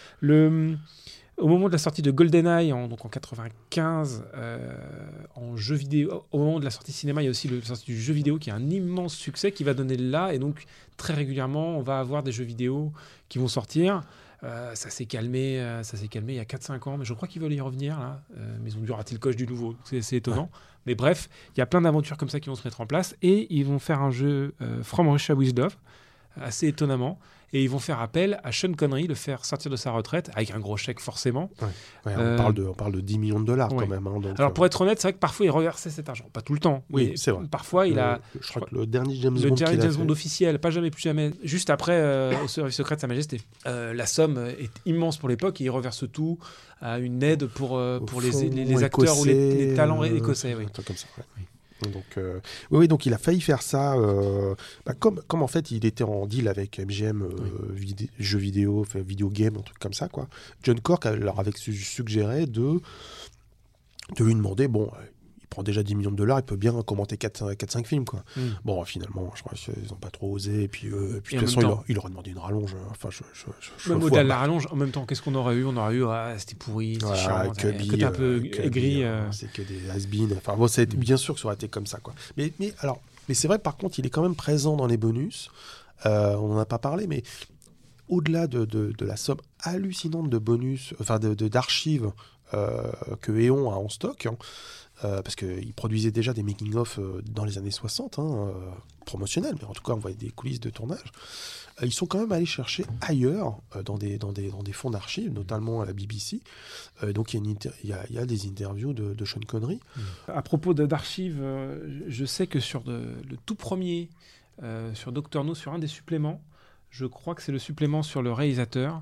S1: au moment de la sortie de GoldenEye, en 95, en jeu vidéo, au moment de la sortie cinéma, il y a aussi la sortie du jeu vidéo qui est un immense succès qui va donner là. Et donc, très régulièrement, on va avoir des jeux vidéo qui vont sortir. Ça s'est calmé il y a 4-5 ans, mais je crois qu'ils veulent y revenir, là. Mais ils ont dû rater le coche du nouveau, c'est étonnant. Ouais. Mais bref, il y a plein d'aventures comme ça qui vont se mettre en place, et ils vont faire un jeu From Russia With Love, assez étonnamment. et ils vont faire appel à Sean Connery, le faire sortir de sa retraite, avec un gros chèque forcément.
S2: Ouais, on parle de 10 millions de dollars quand même. Hein, donc,
S1: alors pour être honnête, c'est vrai que parfois il reversait cet argent, pas tout le temps.
S2: Oui,
S1: mais
S2: c'est vrai.
S1: Parfois il a...
S2: Je crois que le dernier James
S1: le
S2: Bond
S1: dernier James Bond officiel, pas jamais, plus jamais, juste après au service secret de Sa Majesté. La somme est immense pour l'époque et il reverse tout à une aide pour les acteurs ou les talents écossais. Oui.
S2: Un truc comme ça, ouais. Donc, oui, donc il a failli faire ça, comme en fait il était en deal avec MGM, jeux vidéo, vidéo game, un truc comme ça, quoi. John Cork leur avait suggéré de lui demander, bon, il prend déjà 10 millions de dollars, il peut bien commenter 4-5 films, quoi. Bon, finalement, je crois qu'ils n'ont pas trop osé, et puis de toute façon, il leur a demandé une rallonge. Enfin,
S1: même au-delà de la rallonge, en même temps, qu'est-ce qu'on aurait eu ? On aurait eu, c'était pourri, c'est chiant, que un peu aigri.
S2: C'est que des has-been. Enfin, bon, bien sûr que ça aurait été comme ça, quoi. Mais c'est vrai, par contre, il est quand même présent dans les bonus. On n'en a pas parlé, mais au-delà de la somme hallucinante de bonus, enfin d'archives que Eon a en stock, hein, parce qu'il produisait déjà des making-of dans les années 60, promotionnels, mais en tout cas on voyait des coulisses de tournage. Ils sont quand même allés chercher ailleurs, dans des fonds d'archives, notamment à la BBC. Donc il y a des interviews de Sean Connery.
S1: À propos d'archives, je sais que sur le tout premier, sur Dr No, sur un des suppléments, je crois que c'est le supplément sur le réalisateur.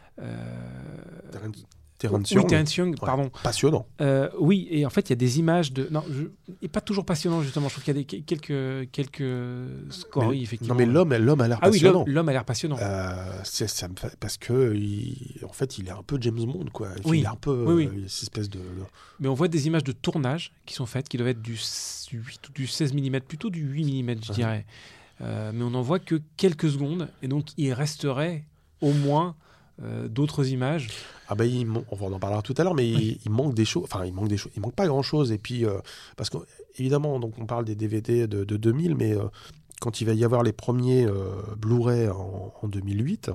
S2: Terence Young.
S1: Oui, Terence Young, pardon.
S2: Passionnant.
S1: Oui, et en fait, il y a des images de... Non, et pas toujours passionnant, justement. Je trouve qu'il y a quelques scories, effectivement.
S2: Non, mais l'homme a l'air passionnant.
S1: Oui, l'homme a l'air passionnant.
S2: Ça me fait... Parce que, en fait, il est un peu James Bond, quoi.
S1: Oui.
S2: Il est un peu cette espèce de...
S1: Mais on voit des images de tournage qui sont faites, qui doivent être du 8 ou du 16 mm, plutôt du 8 mm, je dirais. Mais on n'en voit que quelques secondes, et donc il resterait au moins... d'autres images.
S2: Ah ben on en parlera tout à l'heure, mais il manque des choses. Enfin, il manque pas grand chose. Et puis parce que évidemment, donc on parle des DVD de 2000, mais quand il va y avoir les premiers Blu-ray en 2008,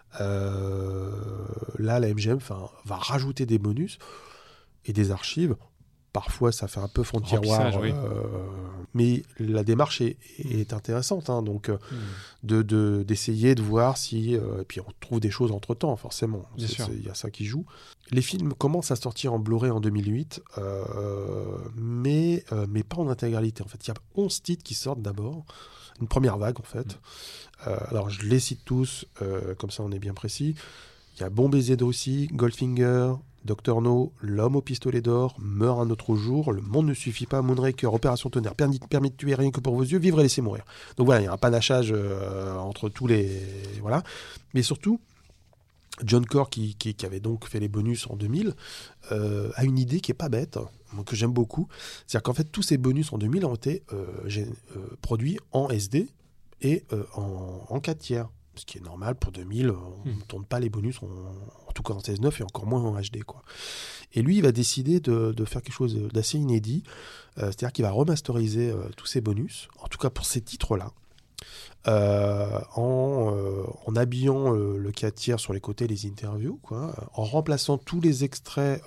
S2: là la MGM va rajouter des bonus et des archives. Parfois, ça fait un peu fond de tiroir, mais la démarche est intéressante, hein, donc d'essayer de voir si... et puis on trouve des choses entre-temps, forcément. Il y a ça qui joue. Les films commencent à sortir en Blu-ray en 2008, mais pas en intégralité. En fait, il y a 11 titres qui sortent d'abord, une première vague, en fait. Alors, je les cite tous, comme ça on est bien précis. Il y a Bon baiser de Russie, Goldfinger... Dr No, L'homme au pistolet d'or, Meurt un autre jour, Le monde ne suffit pas, Moonraker, Opération Tonnerre, Permis de tuer rien que pour vos yeux, Vivre et laisser mourir. Donc voilà, il y a un panachage entre tous les... Voilà. Mais surtout, John Cork, qui avait donc fait les bonus en 2000, a une idée qui n'est pas bête, que j'aime beaucoup. C'est-à-dire qu'en fait, tous ces bonus en 2000 ont été produits en SD et en 4 tiers. Ce qui est normal pour 2000, on ne tourne pas les bonus, en tout cas en 16:9 et encore moins en HD, quoi. Et lui, il va décider de faire quelque chose d'assez inédit, c'est-à-dire qu'il va remasteriser tous ces bonus, en tout cas pour ces titres-là, en habillant le 4 tiers sur les côtés, les interviews, quoi, en remplaçant tous les extraits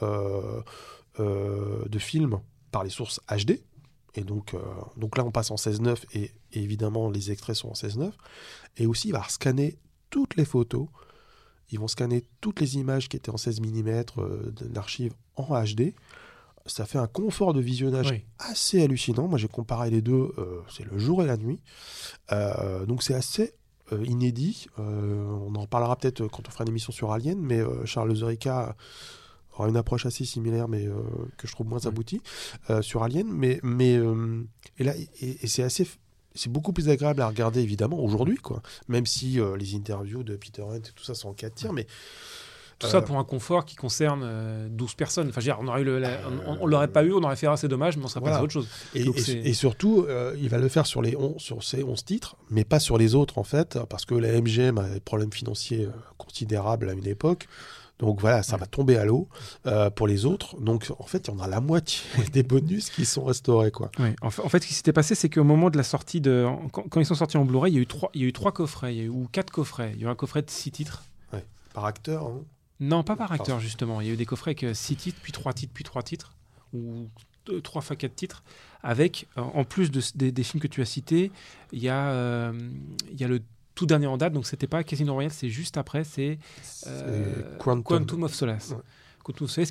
S2: de films par les sources HD. Et donc là, on passe en 16:9 et évidemment, les extraits sont en 16:9. Et aussi, il va scanner toutes les photos. Ils vont scanner toutes les images qui étaient en 16 mm d'archives en HD. Ça fait un confort de visionnage assez hallucinant. Moi, j'ai comparé les deux. C'est le jour et la nuit. Donc, c'est assez inédit. On en parlera peut-être quand on fera une émission sur Alien. Mais Charles Zorica aura une approche assez similaire, mais que je trouve moins aboutie sur Alien. Et là, c'est beaucoup plus agréable à regarder, évidemment, aujourd'hui, quoi. Même si les interviews de Peter Hunt et tout ça sont en 4 tiers, mais...
S1: Tout ça pour un confort qui concerne 12 personnes. Enfin, je veux dire, on l'aurait pas eu, on aurait fait assez dommage, mais on serait passé à autre chose.
S2: Et surtout, il va le faire sur ces 11 titres, mais pas sur les autres, en fait, parce que la MGM a des problèmes financiers considérables à une époque. Donc voilà, ça va tomber à l'eau pour les autres. Donc en fait, il y en a la moitié des bonus qui sont restaurés, quoi.
S1: Ouais. En fait, ce qui s'était passé, c'est qu'au moment de la sortie quand ils sont sortis en Blu-ray, il y a eu 3 coffrets, ou 4 coffrets. Il y a eu un coffret de 6 titres.
S2: Ouais. Par acteur, hein.
S1: Non, pas par acteur, justement. Il y a eu des coffrets avec 6 titres, puis 3 titres, puis 3 titres, ou 3 fois 4 titres, avec, en plus des films que tu as cités, il y a le tout dernier en date, donc c'était pas Casino Royale, c'est juste après, c'est Quantum of Solace.
S2: Ouais.
S1: Quantum of Solace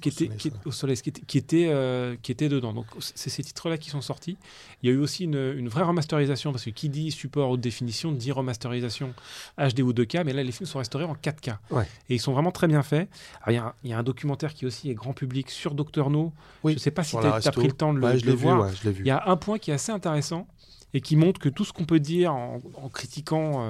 S1: qui était dedans. Donc c'est ces titres-là qui sont sortis. Il y a eu aussi une vraie remasterisation, parce que qui dit support haute définition dit remasterisation HD ou 2K, mais là les films sont restaurés en 4K.
S2: Ouais.
S1: Et ils sont vraiment très bien faits. Alors, il y a un documentaire qui aussi est grand public sur Dr No.
S2: Oui,
S1: je ne sais pas si
S2: sur
S1: tu
S2: la
S1: as
S2: resto.
S1: pris le temps de
S2: Ouais, je
S1: le
S2: l'ai vu,
S1: voir.
S2: ouais, je l'ai vu.
S1: Il y a un point qui est assez intéressant et qui montre que tout ce qu'on peut dire en critiquant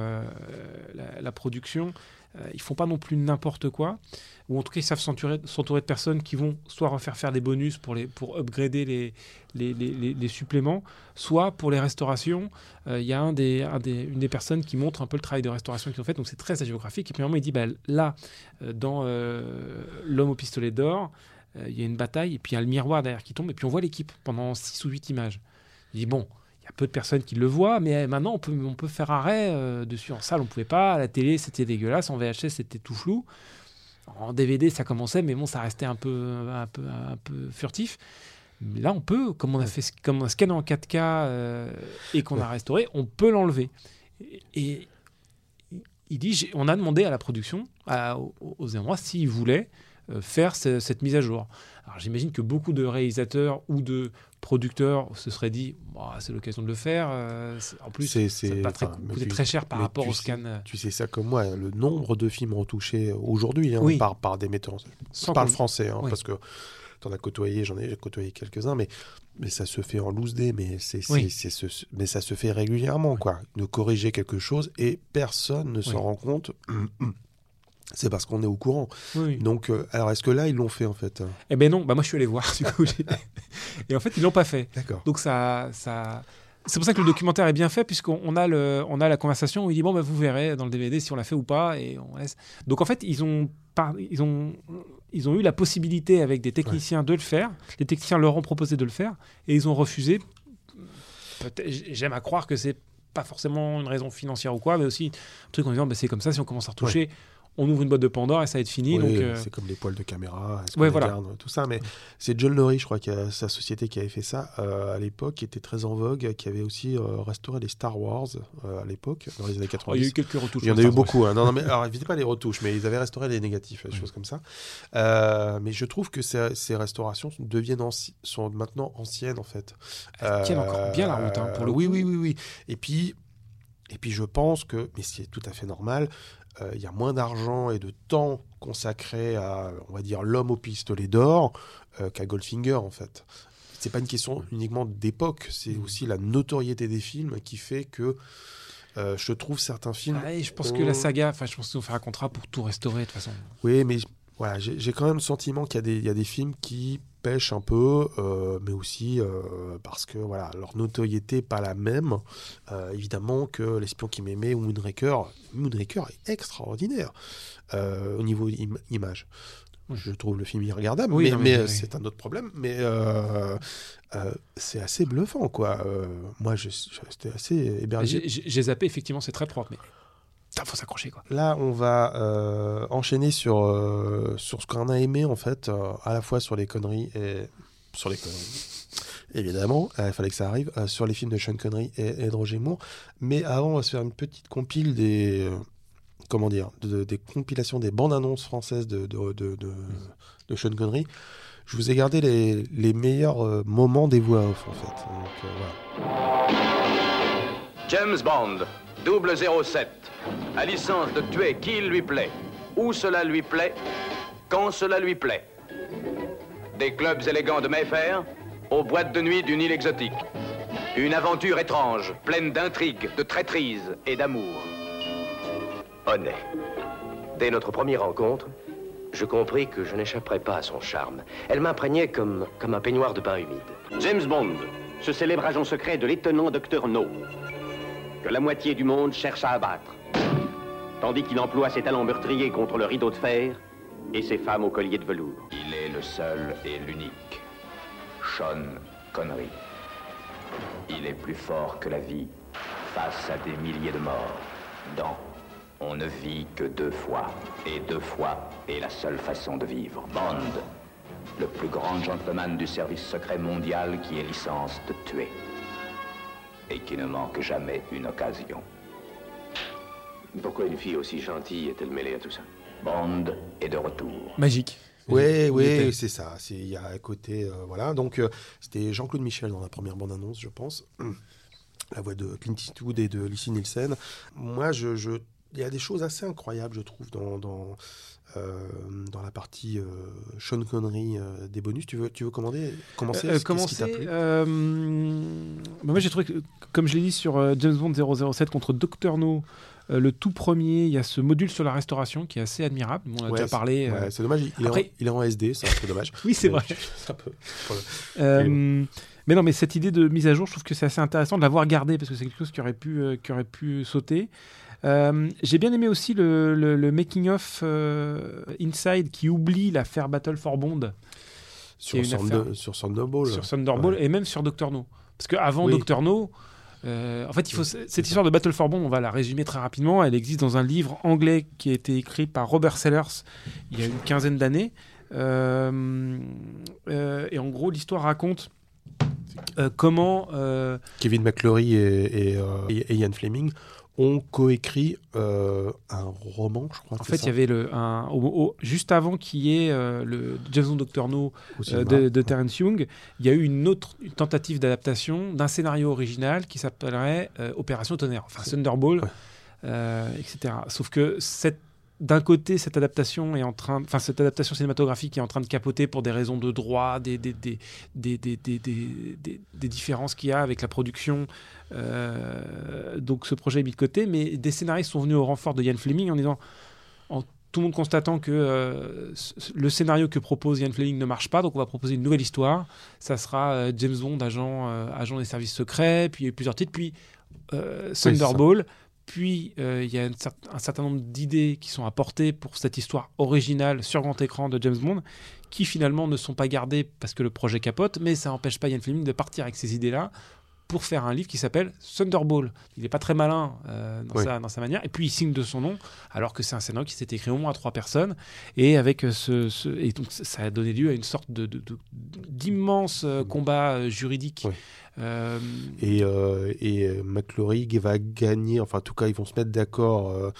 S1: la production, ils ne font pas non plus n'importe quoi, ou en tout cas ils savent s'entourer de personnes qui vont soit refaire faire des bonus pour upgrader les suppléments, soit pour les restaurations. Il y a une des personnes qui montre un peu le travail de restauration qu'ils ont fait, donc c'est très géographique. Et puis à un moment il dit, là, dans L'homme au pistolet d'or, il y a une bataille, et puis il y a le miroir derrière qui tombe, et puis on voit l'équipe pendant 6 ou 8 images. Il dit, bon, il y a peu de personnes qui le voient, mais maintenant on peut faire arrêt dessus. En salle, on ne pouvait pas. À la télé, c'était dégueulasse. En VHS, c'était tout flou. En DVD, ça commençait, mais bon, ça restait un peu furtif. Mais là, on peut, comme on a scanné en 4K et qu'on a restauré, on peut l'enlever. Et il dit, on a demandé à la production, aux endroits, s'ils voulaient faire cette mise à jour. Alors j'imagine que beaucoup de réalisateurs ou de producteurs se seraient dit, c'est l'occasion de le faire. En plus, ça va coûter très cher par rapport au scan.
S2: Tu sais ça comme moi, le nombre de films retouchés aujourd'hui
S1: Oui.
S2: par des metteurs. Je parle français,
S1: oui.
S2: parce que t'en as côtoyé, j'ai côtoyé quelques-uns, mais ça se fait en loose day, mais mais ça se fait régulièrement, quoi. De corriger quelque chose et personne ne s'en rend compte. C'est parce qu'on est au courant.
S1: Oui.
S2: Donc, alors, est-ce que là, ils l'ont fait, en fait?
S1: Eh ben non, moi, je suis allé voir, du coup. Et en fait, ils l'ont pas fait.
S2: D'accord.
S1: Donc, c'est pour ça que le documentaire est bien fait, puisqu'on a la conversation où il dit, vous verrez dans le DVD si on l'a fait ou pas, et on laisse. Donc, en fait, ils ont eu la possibilité, avec des techniciens, de le faire. Les techniciens leur ont proposé de le faire, et ils ont refusé. J'aime à croire que c'est pas forcément une raison financière ou quoi, mais aussi un truc en disant, c'est comme ça, si on commence à retoucher... Ouais. On ouvre une boîte de Pandore et ça va être fini.
S2: Oui,
S1: donc
S2: c'est comme les poils de caméra, garde, tout ça. Mais c'est John Laurie, je crois, sa société qui avait fait ça à l'époque, qui était très en vogue, qui avait aussi restauré les Star Wars à l'époque, dans les années 90.
S1: Il y a eu quelques retouches.
S2: Il y en a eu beaucoup. Non, mais alors, évidemment pas les retouches, mais ils avaient restauré les négatifs, des choses comme ça. Mais je trouve que ces restaurations sont maintenant anciennes, en fait.
S1: Elles tiennent encore bien la route, pour le coup.
S2: Oui. Et puis, je pense que, mais c'est tout à fait normal, il y a moins d'argent et de temps consacré à, on va dire, L'homme au pistolet d'or qu'à Goldfinger, en fait. C'est pas une question uniquement d'époque, c'est aussi la notoriété des films qui fait que je trouve certains films...
S1: je pense que la saga, je pense qu'ils vont faire un contrat pour tout restaurer, de toute façon.
S2: Oui, mais voilà, j'ai quand même le sentiment qu'il y a des films qui pêchent un peu, mais aussi parce que voilà, leur notoriété n'est pas la même, évidemment, que L'espion qui m'aimait ou Moonraker. Moonraker est extraordinaire au niveau image. Je trouve le film irregardable, mais c'est un autre problème. Mais c'est assez bluffant, quoi. Moi, je restais assez ébergé.
S1: J'ai zappé, effectivement, c'est très propre, mais... faut s'accrocher, quoi.
S2: Là, on va enchaîner sur ce qu'on a aimé, en fait, à la fois sur les conneries et... Sur les conneries, évidemment, il fallait que ça arrive, sur les films de Sean Connery et de Roger Moore. Mais avant, on va se faire une petite compile des compilations des bandes-annonces françaises de Sean Connery. Je vous ai gardé les meilleurs moments des voix off, en fait. Donc, voilà.
S4: James Bond, 007, a licence de tuer qui il lui plaît, où cela lui plaît, quand cela lui plaît. Des clubs élégants de Mayfair aux boîtes de nuit d'une île exotique. Une aventure étrange, pleine d'intrigues, de traîtrise et d'amour.
S5: Honnête. Dès notre première rencontre, je compris que je n'échapperais pas à son charme. Elle m'imprégnait comme un peignoir de pain humide.
S6: James Bond, ce célèbre agent secret de l'étonnant Dr No, que la moitié du monde cherche à abattre, tandis qu'il emploie ses talents meurtriers contre le rideau de fer et ses femmes au collier de velours.
S4: Il est le seul et l'unique, Sean Connery. Il est plus fort que la vie, face à des milliers de morts. On ne vit que 2 fois, et 2 fois est la seule façon de vivre. Bond, le plus grand gentleman du service secret mondial qui ait licence de tuer. Et qui ne manque jamais une occasion.
S5: Pourquoi une fille aussi gentille est-elle mêlée à tout ça?
S4: Bond est de retour.
S1: Magique.
S2: Oui, c'est ça. Il y a à côté, voilà. Donc, c'était Jean-Claude Michel dans la première bande-annonce, je pense. La voix de Clint Eastwood et de Lucy Nielsen. Moi, il y a des choses assez incroyables, je trouve, dans la partie Sean Connery des bonus. Tu veux commencer Qu'est-ce qui t'a plu?
S1: Moi, j'ai trouvé que, comme je l'ai dit sur James Bond 007 contre Dr. No, le tout premier, il y a ce module sur la restauration qui est assez admirable. On a déjà parlé.
S2: C'est dommage, il est en SD, c'est un peu dommage.
S1: Oui, c'est vrai.
S2: C'est un peu...
S1: Mais non, mais cette idée de mise à jour, je trouve que c'est assez intéressant de l'avoir gardée parce que c'est quelque chose qui aurait pu sauter. J'ai bien aimé aussi le making-of Inside qui oublie l'affaire Battle for Bond.
S2: Sur Thunderball.
S1: Sur Thunderball et même sur Dr. No. Parce qu'avant Dr. No, en fait, cette histoire de Battle for Bond, on va la résumer très rapidement. Elle existe dans un livre anglais qui a été écrit par Robert Sellers il y a une quinzaine d'années. Et en gros, l'histoire raconte comment
S2: Kevin McClory et Ian Fleming ont coécrit un roman, je crois.
S1: En fait, il y avait juste avant qu'il y ait le James Bond Dr. No de Terence Young, il y a eu une tentative d'adaptation d'un scénario original qui s'appellerait Opération Tonnerre, enfin Thunderball, etc. Sauf que d'un côté, cette adaptation cinématographique est en train de capoter pour des raisons de droit, des différences qu'il y a avec la production. Donc ce projet est mis de côté, mais des scénaristes sont venus au renfort de Ian Fleming en disant, tout le monde constatant que le scénario que propose Ian Fleming ne marche pas, donc on va proposer une nouvelle histoire. Ça sera James Bond, agent des services secrets, puis il y a eu plusieurs titres, puis Thunderball. Puis, il y a un certain nombre d'idées qui sont apportées pour cette histoire originale sur grand écran de James Bond, qui finalement ne sont pas gardées parce que le projet capote, mais ça n'empêche pas Ian Fleming de partir avec ces idées-là pour faire un livre qui s'appelle Thunderball. Il n'est pas très malin dans sa manière, et puis il signe de son nom, alors que c'est un scénario qui s'est écrit au moins à 3 personnes, et avec et donc ça a donné lieu à une sorte d'immense combat juridique.
S2: Oui. Et McClory va gagner, enfin en tout cas ils vont se mettre d'accord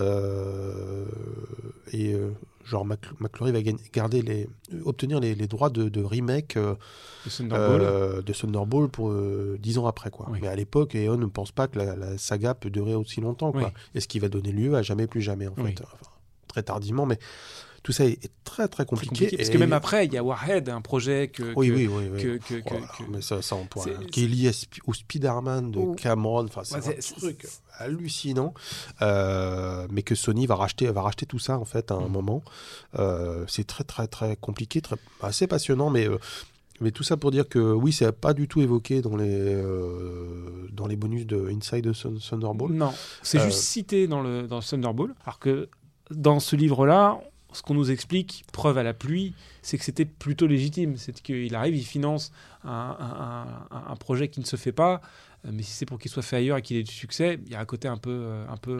S2: McClory va obtenir les droits de remake de Thunderball pour 10 ans après, quoi. Oui. Mais à l'époque, Eon ne pense pas que la saga peut durer aussi longtemps, quoi. Et ce qui va donner lieu à jamais plus jamais, en fait. Enfin, très tardivement, mais tout ça est très très compliqué.
S1: Parce que même après, il y a Warhead, un projet
S2: mais ça on pourrait, qui est lié au Spider-Man de Cameron. Enfin, c'est un truc hallucinant, mais que Sony va racheter tout ça en fait à un moment. C'est très très très compliqué, assez passionnant, mais tout ça pour dire que oui, c'est pas du tout évoqué dans les bonus de Inside the Thunderball.
S1: Non, c'est juste cité dans Thunderball, alors que dans ce livre-là, ce qu'on nous explique, preuve à la pluie, c'est que c'était plutôt légitime. C'est qu'il arrive, il finance un projet qui ne se fait pas, mais si c'est pour qu'il soit fait ailleurs et qu'il ait du succès, il y a un côté un peu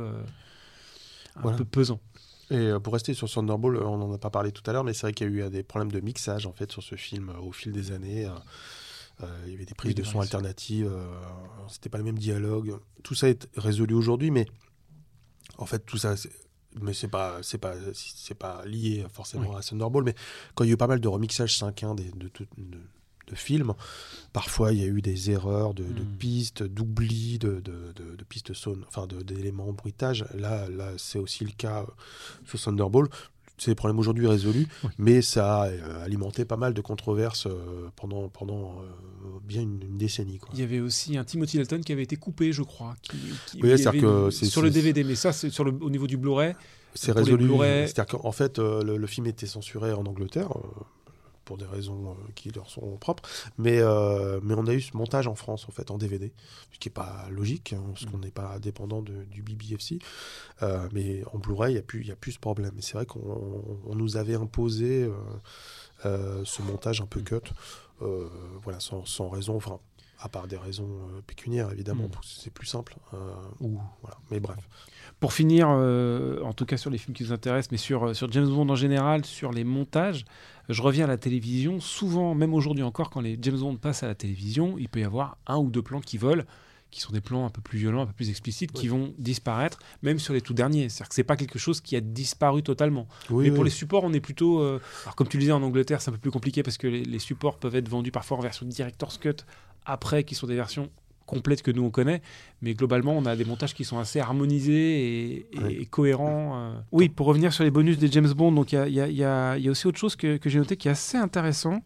S1: pesant.
S2: Et pour rester sur Thunderball, on n'en a pas parlé tout à l'heure, mais c'est vrai qu'il y a eu des problèmes de mixage en fait sur ce film au fil des années. Il y avait des prises de son alternatives, c'était pas le même dialogue. Tout ça est résolu aujourd'hui, mais en fait tout ça... Mais c'est pas lié forcément à Thunderball, mais quand il y a eu pas mal de remixages 5.1 de films, parfois il y a eu des erreurs de pistes, d'oubli de pistes d'éléments en bruitage. Là c'est aussi le cas sur Thunderball. C'est des problèmes aujourd'hui résolus, mais ça a alimenté pas mal de controverses pendant bien une décennie, quoi.
S1: Il y avait aussi un Timothy Dalton qui avait été coupé, je crois, sur le DVD, mais ça, c'est au niveau du Blu-ray.
S2: C'est résolu. C'est-à-dire qu'en fait, le film était censuré en Angleterre, pour des raisons qui leur sont propres, mais on a eu ce montage en France, en fait, en DVD, ce qui n'est pas logique, parce qu'on n'est pas dépendant du BBFC, mais en Blu-ray, il n'y a plus ce problème. Et c'est vrai qu'on nous avait imposé ce montage un peu cut, sans raison, enfin, à part des raisons pécuniaires, évidemment, parce que c'est plus simple. Voilà. Mais bref.
S1: Pour finir, en tout cas sur les films qui nous intéressent, mais sur James Bond en général, sur les montages, je reviens à la télévision. Souvent, même aujourd'hui encore, quand les James Bond passent à la télévision, il peut y avoir 1 ou 2 plans qui volent, qui sont des plans un peu plus violents, un peu plus explicites, qui vont disparaître, même sur les tout derniers. C'est-à-dire que c'est pas quelque chose qui a disparu totalement. Mais pour les supports, on est plutôt... alors comme tu le disais, en Angleterre, c'est un peu plus compliqué parce que les supports peuvent être vendus parfois en version Director's Cut, après, qui sont des versions complètes que nous on connaît, mais globalement on a des montages qui sont assez harmonisés et cohérents. Oui, pour revenir sur les bonus des James Bond, donc il y a aussi autre chose que j'ai noté qui est assez intéressant,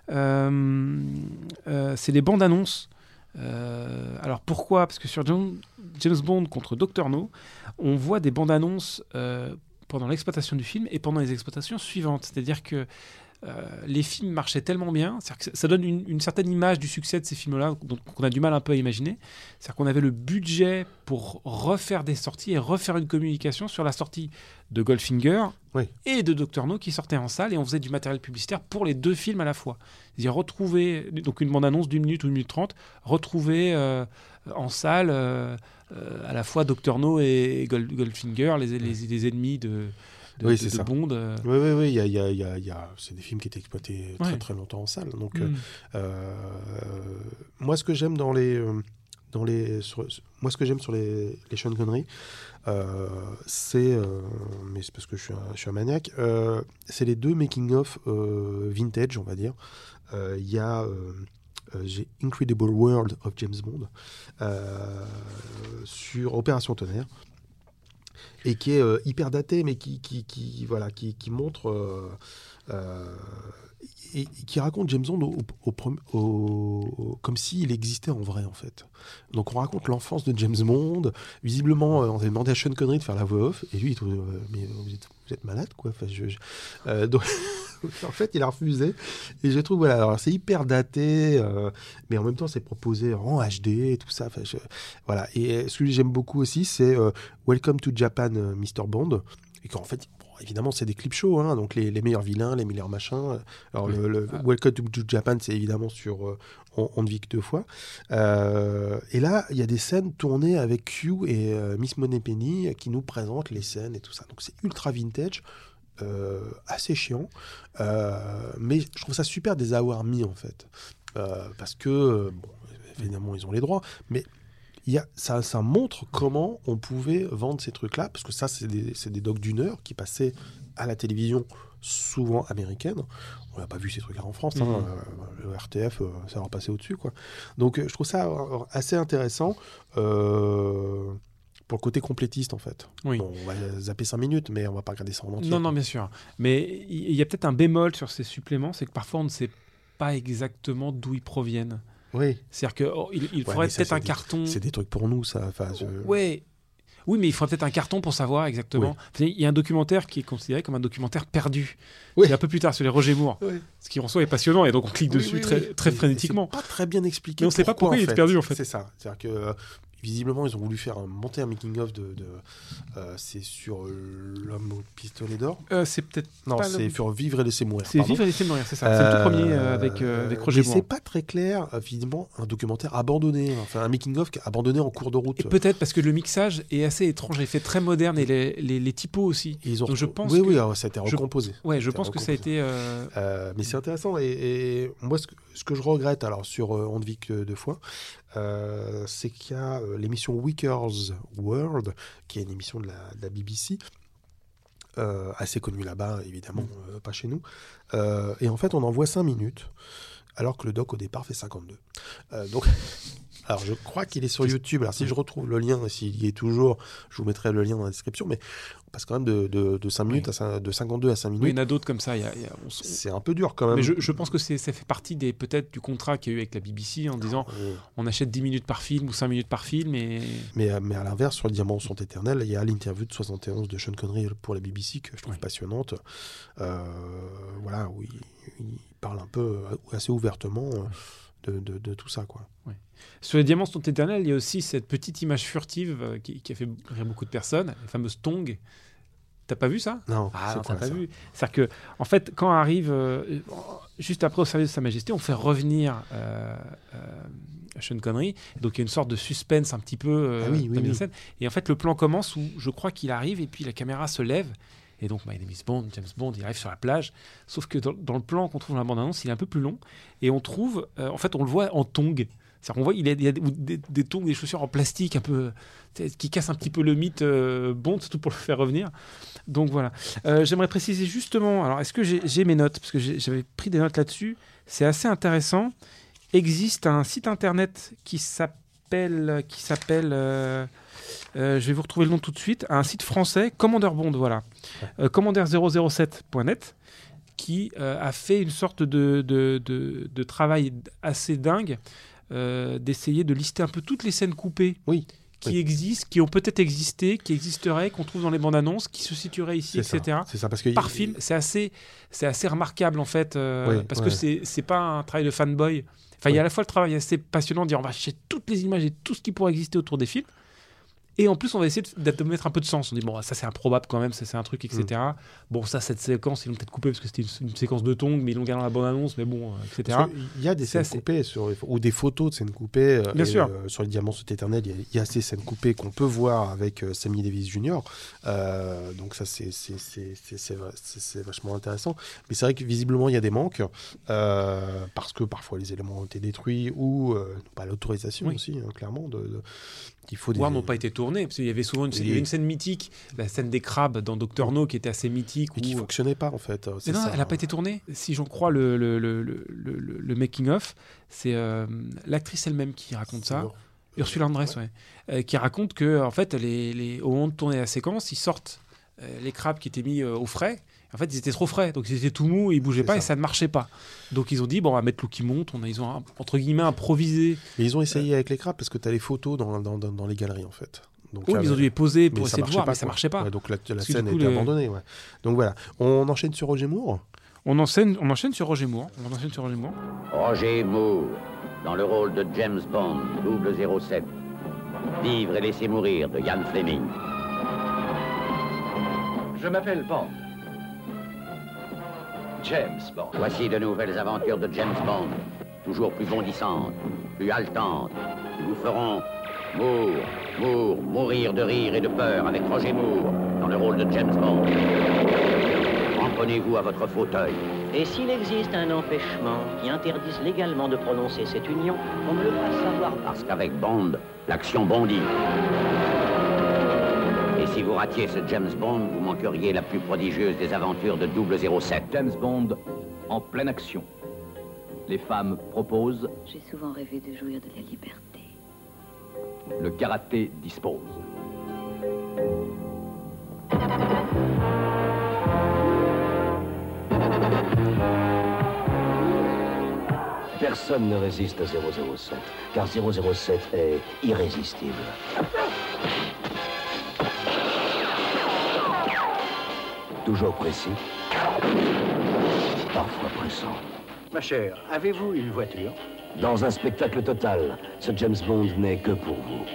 S1: c'est les bandes annonces. Alors pourquoi ? Parce que sur James Bond contre Dr No, on voit des bandes annonces pendant l'exploitation du film et pendant les exploitations suivantes, c'est-à-dire que les films marchaient tellement bien, c'est-à-dire que ça donne une certaine image du succès de ces films-là, qu'on a du mal un peu à imaginer. C'est-à-dire qu'on avait le budget pour refaire des sorties et refaire une communication sur la sortie de Goldfinger et de Dr No qui sortaient en salle, et on faisait du matériel publicitaire pour les deux films à la fois. C'est-à-dire retrouver donc une bande-annonce d'1 minute ou 1 minute 30, retrouver en salle à la fois Dr No et Goldfinger, les ennemis de Bond.
S2: Oui, c'est des films qui étaient exploités très très longtemps en salle. Donc, moi, ce que j'aime sur les Sean Connery, c'est, mais c'est parce que je suis un maniaque, c'est les deux making-of vintage, on va dire. Il y a j'ai Incredible World of James Bond sur Opération Tonnerre, et qui est hyper daté, mais qui montre et qui raconte James Bond comme s'il existait en vrai, en fait. Donc on raconte l'enfance de James Bond. Visiblement, on avait demandé à Sean Connery de faire la voix off, et lui il trouve mais vous êtes malade, quoi. Enfin, donc en fait il a refusé, et je trouve alors c'est hyper daté, mais en même temps c'est proposé en HD et tout ça. Enfin, voilà. Et ce que j'aime beaucoup aussi, c'est Welcome to Japan, Mr. Bond, et qu'en fait évidemment, c'est des clips shows, hein, donc les meilleurs vilains, les meilleurs machins. Alors, le Welcome to Japan, c'est évidemment sur On ne vit que 2 fois. Et là, il y a des scènes tournées avec Q et Miss Moneypenny qui nous présentent les scènes et tout ça. Donc, c'est ultra vintage, assez chiant. Mais je trouve ça super de les avoir mis, en fait. Parce que, évidemment, ils ont les droits, mais... ça montre comment on pouvait vendre ces trucs-là, parce que ça, c'est des docs d'1 heure qui passaient à la télévision, souvent américaine. On n'a pas vu ces trucs-là en France. Le RTF, ça leur passait au-dessus, quoi. Donc, je trouve ça assez intéressant pour le côté complétiste, en fait. Oui. Bon, on va zapper 5 minutes, mais on ne va pas regarder ça en entier.
S1: Non, bien sûr. Mais il y a peut-être un bémol sur ces suppléments, c'est que parfois, on ne sait pas exactement d'où ils proviennent.
S2: Oui.
S1: C'est-à-dire qu'il faudrait peut-être un carton...
S2: C'est des trucs pour nous, ça. Enfin,
S1: Oui, mais il faudrait peut-être un carton pour savoir exactement. Oui. Il y a un documentaire qui est considéré comme un documentaire perdu.
S2: Oui.
S1: Et un peu plus tard, sur les Roger Moore. Oui. Ce qui en soi est passionnant, et donc on clique dessus très frénétiquement.
S2: C'est pas très bien expliqué.
S1: Mais on ne sait pas pourquoi il est perdu, en fait.
S2: C'est ça. C'est-à-dire que... visiblement, ils ont voulu monter un making-of c'est sur L'homme au pistolet d'or.
S1: C'est peut-être
S2: non, c'est sur Vivre et laisser mourir.
S1: C'est Vivre et laisser mourir, c'est ça. C'est le tout premier avec Roger Moore.
S2: C'est pas très clair, visiblement, un documentaire abandonné, enfin un making-of abandonné en cours de route.
S1: Et peut-être parce que le mixage est assez étrange, il est fait très moderne, et les typos aussi.
S2: Donc je pense que ça a été recomposé.
S1: Je pense que ça a été.
S2: Mais c'est intéressant, et moi ce que je regrette alors sur On ne vit que 2 fois. C'est qu'il y a l'émission Wicker's World, qui est une émission de la BBC, assez connue là-bas, évidemment, pas chez nous. Et en fait, on en voit 5 minutes, alors que le doc, au départ, fait 52. Donc... Alors, je crois qu'il est sur YouTube. Alors, si je retrouve le lien, s'il y est toujours, je vous mettrai le lien dans la description. Mais on passe quand même de 5 minutes de 52 à 5 minutes.
S1: Oui, il y en a d'autres comme ça.
S2: C'est un peu dur quand même.
S1: Mais je pense que ça fait partie peut-être du contrat qu'il y a eu avec la BBC en disant on achète 10 minutes par film ou 5 minutes par film.
S2: Mais à l'inverse, sur Le Diamant sont éternels, il y a l'interview de 71 de Sean Connery pour la BBC que je trouve passionnante. Voilà, où il parle un peu assez ouvertement de tout ça, quoi.
S1: Oui. Sur Les Diamants sont éternels, il y a aussi cette petite image furtive qui a fait rire beaucoup de personnes, la fameuse tongue. T'as pas vu ça ?
S2: Non.
S1: Ah, non, t'as pas vu. C'est-à-dire que, en fait, quand arrive juste après Au service de Sa Majesté, on fait revenir Sean Connery. Donc il y a une sorte de suspense un petit peu scène. Et en fait, le plan commence où je crois qu'il arrive et puis la caméra se lève. Et donc, My name is Bond, James Bond, il arrive sur la plage. Sauf que dans le plan qu'on trouve dans la bande-annonce, il est un peu plus long. Et on trouve, en fait, on le voit en tongue. C'est-à-dire, on voit il y a des tongs, des chaussures en plastique un peu qui cassent un petit peu le mythe Bond, surtout pour le faire revenir. Donc voilà. J'aimerais préciser justement. Alors, est-ce que j'ai mes notes, parce que j'avais pris des notes là-dessus. C'est assez intéressant. Existe un site internet qui s'appelle. Je vais vous retrouver le nom tout de suite. Un site français, Commander Bond, voilà. Commander007.net, qui a fait une sorte de travail assez dingue, d'essayer de lister un peu toutes les scènes coupées qui existent, qui ont peut-être existé, qui existeraient, qu'on trouve dans les bandes annonces, qui se situeraient ici, etc.
S2: C'est ça, parce que
S1: par film, c'est assez remarquable en fait, parce que c'est pas un travail de fanboy. Enfin, il y a à la fois le travail assez passionnant de dire on va chercher toutes les images et tout ce qui pourrait exister autour des films. Et en plus, on va essayer de mettre un peu de sens. On dit, bon, ça c'est improbable quand même, ça c'est un truc, etc. Bon, ça, cette séquence, ils l'ont peut-être coupée parce que c'était une séquence de tongs, mais ils l'ont gardé dans la bande-annonce, mais bon, etc.
S2: Il y a des scènes coupées, ou des photos de scènes coupées.
S1: Bien sûr.
S2: Sur les Diamants sont éternels, il y a ces scènes coupées qu'on peut voir avec Sammy Davis Jr. Donc ça, c'est vachement intéressant. Mais c'est vrai que visiblement, il y a des manques, parce que parfois les éléments ont été détruits, ou pas l'autorisation aussi, hein, clairement,
S1: Voire n'ont pas été tournés, parce qu'il y avait souvent une scène mythique, la scène des crabes dans Dr No qui était assez mythique.
S2: Et qui ne fonctionnait pas en fait.
S1: Mais non, elle n'a pas été tournée. Si j'en crois le making-of, c'est l'actrice elle-même qui raconte ça. Ursula Andress, qui raconte que en fait, au moment de tourner la séquence, ils sortent les crabes qui étaient mis au frais. En fait, ils étaient trop frais, donc ils étaient tout mous, ils bougeaient pas et ça ne marchait pas. Donc ils ont dit, bon, on va mettre l'eau qui monte, ils ont entre guillemets improvisé.
S2: Mais ils ont essayé avec les crabes parce que tu as les photos dans les galeries en fait. Donc,
S1: ils ont dû les poser pour essayer de voir, mais ça marchait pas.
S2: Donc la scène a été abandonnée. Ouais. Donc voilà, on enchaîne sur Roger Moore.
S1: On enchaîne sur Roger Moore.
S6: Roger Moore, dans le rôle de James Bond, 007. Vivre et laisser mourir de Ian Fleming.
S7: Je m'appelle Bond. James Bond.
S6: Voici de nouvelles aventures de James Bond, toujours plus bondissantes, plus haletantes. Nous vous ferons mourir de rire et de peur avec Roger Moore, dans le rôle de James Bond. Ramponnez-vous à votre fauteuil.
S8: Et s'il existe un empêchement qui interdise légalement de prononcer cette union, on me le fasse savoir.
S6: Parce qu'avec Bond, l'action bondit. Et si vous ratiez ce James Bond, vous manqueriez la plus prodigieuse des aventures de 007.
S9: James Bond en pleine action. Les femmes proposent.
S10: J'ai souvent rêvé de jouir de la liberté.
S9: Le karaté dispose.
S11: Personne ne résiste à 007, car 007 est irrésistible. Toujours précis, parfois pressant.
S7: Ma chère, avez-vous une voiture?
S11: Dans un spectacle total, ce James Bond n'est que pour vous.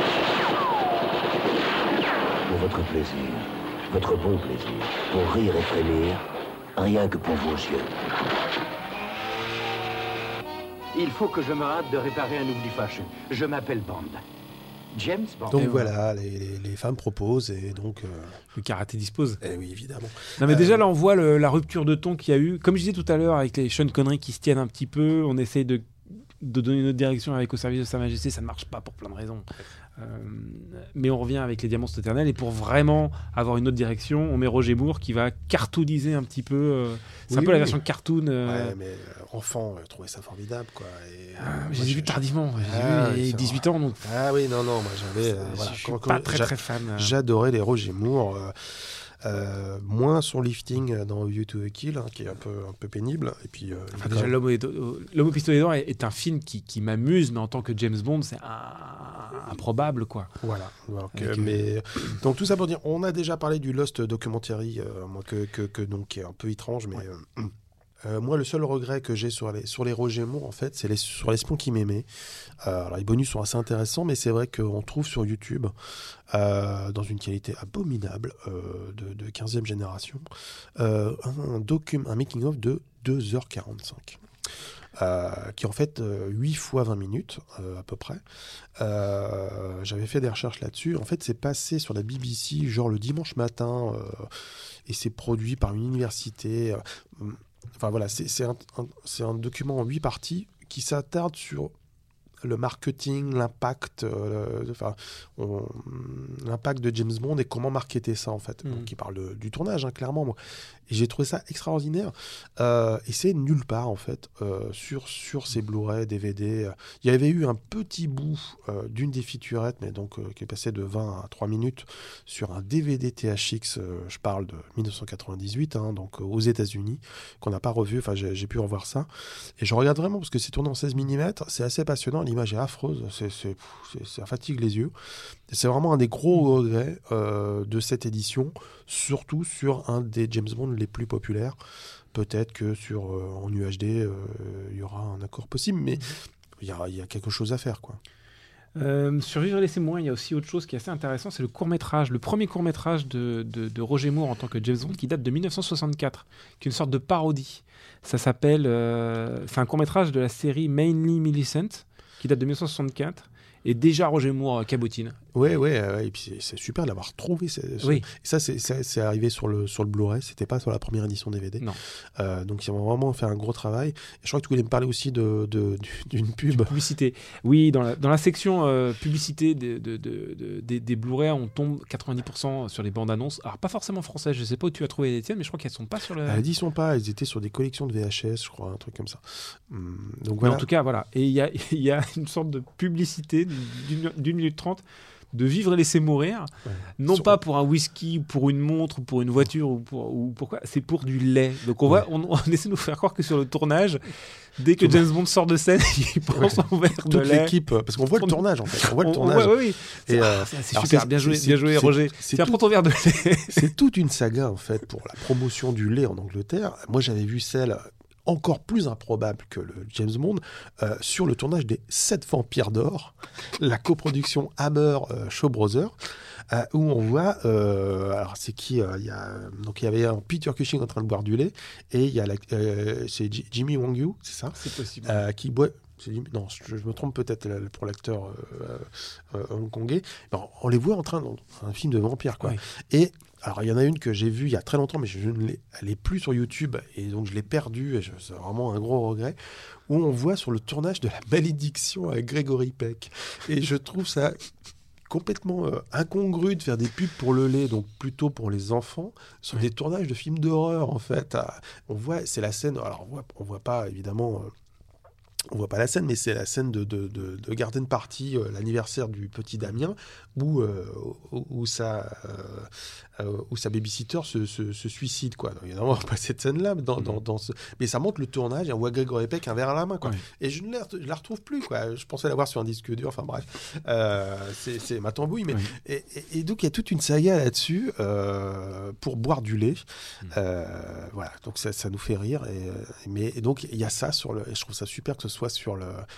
S11: Pour votre plaisir, votre bon plaisir, pour rire et frémir, rien que pour vos yeux.
S7: Il faut que je me hâte de réparer un oubli fâcheux. Je m'appelle Bond. James Bond.
S2: Donc voilà, les femmes proposent et donc...
S1: Le karaté dispose.
S2: Eh oui, évidemment.
S1: Non mais déjà là on voit la rupture de ton qu'il y a eu. Comme je disais tout à l'heure avec les Sean Connery qui se tiennent un petit peu, on essaye de donner une autre direction avec Au service de Sa Majesté, ça ne marche pas pour plein de raisons. Mais on revient avec les Diamants sont éternels et pour vraiment avoir une autre direction, on met Roger Moore qui va cartooniser un petit peu. C'est un peu la version cartoon.
S2: Ouais, mais enfant, je trouvais ça formidable, quoi.
S1: J'ai vu tardivement. J'ai eu 18 ans, donc.
S2: Ah oui, non, moi j'avais.
S1: Je suis pas très fan.
S2: J'adorais les Roger Moore. Moins son lifting dans View to a Kill, hein, qui est un peu pénible. Et puis,
S1: déjà, L'homme au pistolet d'or est un film qui m'amuse, mais en tant que James Bond, c'est improbable, quoi.
S2: Voilà. Donc tout ça pour dire, on a déjà parlé du Lost Documentary, donc qui est un peu étrange, mais. Ouais. Moi, le seul regret que j'ai sur les Roger Moore, en fait, c'est sur l'espion qui m'aimait. Alors, les bonus sont assez intéressants, mais c'est vrai qu'on trouve sur YouTube, dans une qualité abominable de 15e génération, un making-of de 2h45. Qui est en fait 8 fois 20 minutes à peu près. J'avais fait des recherches là-dessus. En fait, c'est passé sur la BBC genre le dimanche matin et c'est produit par une université. Enfin voilà, c'est un document en 8 parties qui s'attarde sur le marketing, l'impact, l'impact de James Bond et comment marketer ça en fait. Donc il parle du tournage, hein, clairement. Moi. Et j'ai trouvé ça extraordinaire. Et c'est nulle part en fait sur ces Blu-ray, DVD. Il y avait eu un petit bout d'une des featurettes, mais donc qui est passé de 20 à 3 minutes sur un DVD THX. Je parle de 1998, hein, donc aux États-Unis, qu'on n'a pas revu. Enfin, j'ai pu revoir ça. Et je regarde vraiment parce que c'est tourné en 16 mm. C'est assez passionnant. L'image est affreuse. Ça fatigue les yeux. Et c'est vraiment un des gros regrets de cette édition, surtout sur un des James Bond les plus populaires. Peut-être que en UHD, il y aura un accord possible, mais il y a quelque chose à faire, quoi.
S1: Sur Vivre et laisser mourir, il y a aussi autre chose qui est assez intéressant, c'est le court-métrage, le premier court-métrage de Roger Moore en tant que James Bond, qui date de 1964, qui est une sorte de parodie. Ça s'appelle... c'est un court-métrage de la série Mainly Millicent, qui date de 1964. Et déjà Roger Moore cabotine.
S2: Ouais, et puis c'est super de l'avoir trouvé.
S1: Oui.
S2: Ça, c'est arrivé sur le Blu-ray, c'était pas sur la première édition DVD.
S1: Non.
S2: Donc ils ont vraiment fait un gros travail. Et je crois que tu voulais me parler aussi d'une pub.
S1: Publicité. Oui, dans la section publicité des Blu-ray, on tombe 90% sur les bandes annonces. Alors pas forcément françaises, je sais pas où tu as trouvé les tiennes, mais je crois qu'elles sont pas sur le...
S2: Elles y sont pas, elles étaient sur des collections de VHS, je crois, un truc comme ça. Donc
S1: voilà. Mais en tout cas, voilà. Et il y a une sorte de publicité d'une minute 30 de Vivre et laisser mourir, non pas pour un whisky, pour une montre, pour une voiture ou pourquoi, c'est pour du lait. Donc on essaie de nous faire croire que sur le tournage, dès que James Bond sort de scène, il prend son verre de lait.
S2: Toute l'équipe, parce qu'on voit le tournage en fait, on voit le tournage.
S1: Oui. C'est super, bien joué Roger. Tiens, prends ton verre de lait.
S2: C'est toute une saga en fait pour la promotion du lait en Angleterre. Moi j'avais vu celle encore plus improbable que le James Bond, sur le tournage des 7 Vampires d'Or, la coproduction Hammer-Shaw Brothers, où on voit, alors c'est qui donc il y avait un Peter Cushing en train de boire du lait, et il y a c'est Jimmy Wong Yu, c'est ça ?
S1: C'est possible.
S2: Qui boit... Non, je me trompe peut-être pour l'acteur hongkongais. On les voit en train d'un film de vampire, quoi.
S1: Oui.
S2: Et alors, il y en a une que j'ai vue il y a très longtemps, mais elle n'est plus sur YouTube, et donc je l'ai perdue, et c'est vraiment un gros regret, où on voit sur le tournage de La Malédiction avec Gregory Peck. Et je trouve ça complètement incongru de faire des pubs pour le lait, donc plutôt pour les enfants, sur des tournages de films d'horreur, en fait. On voit, c'est la scène, alors on voit pas, évidemment... On voit pas la scène, mais c'est la scène de Garden Party, l'anniversaire du petit Damien, où sa babysitter se suicide, quoi. Donc, évidemment, pas cette scène-là, mais ça montre le tournage, et on voit Gregory Peck un verre à la main, quoi. Ouais. Et je la retrouve plus, quoi. Je pensais l'avoir sur un disque dur, enfin bref. C'est ma tambouille, mais... Ouais. Et donc, il y a toute une saga là-dessus pour boire du lait. Voilà, donc ça nous fait rire. Et donc, il y a ça et je trouve ça super que ce soit sur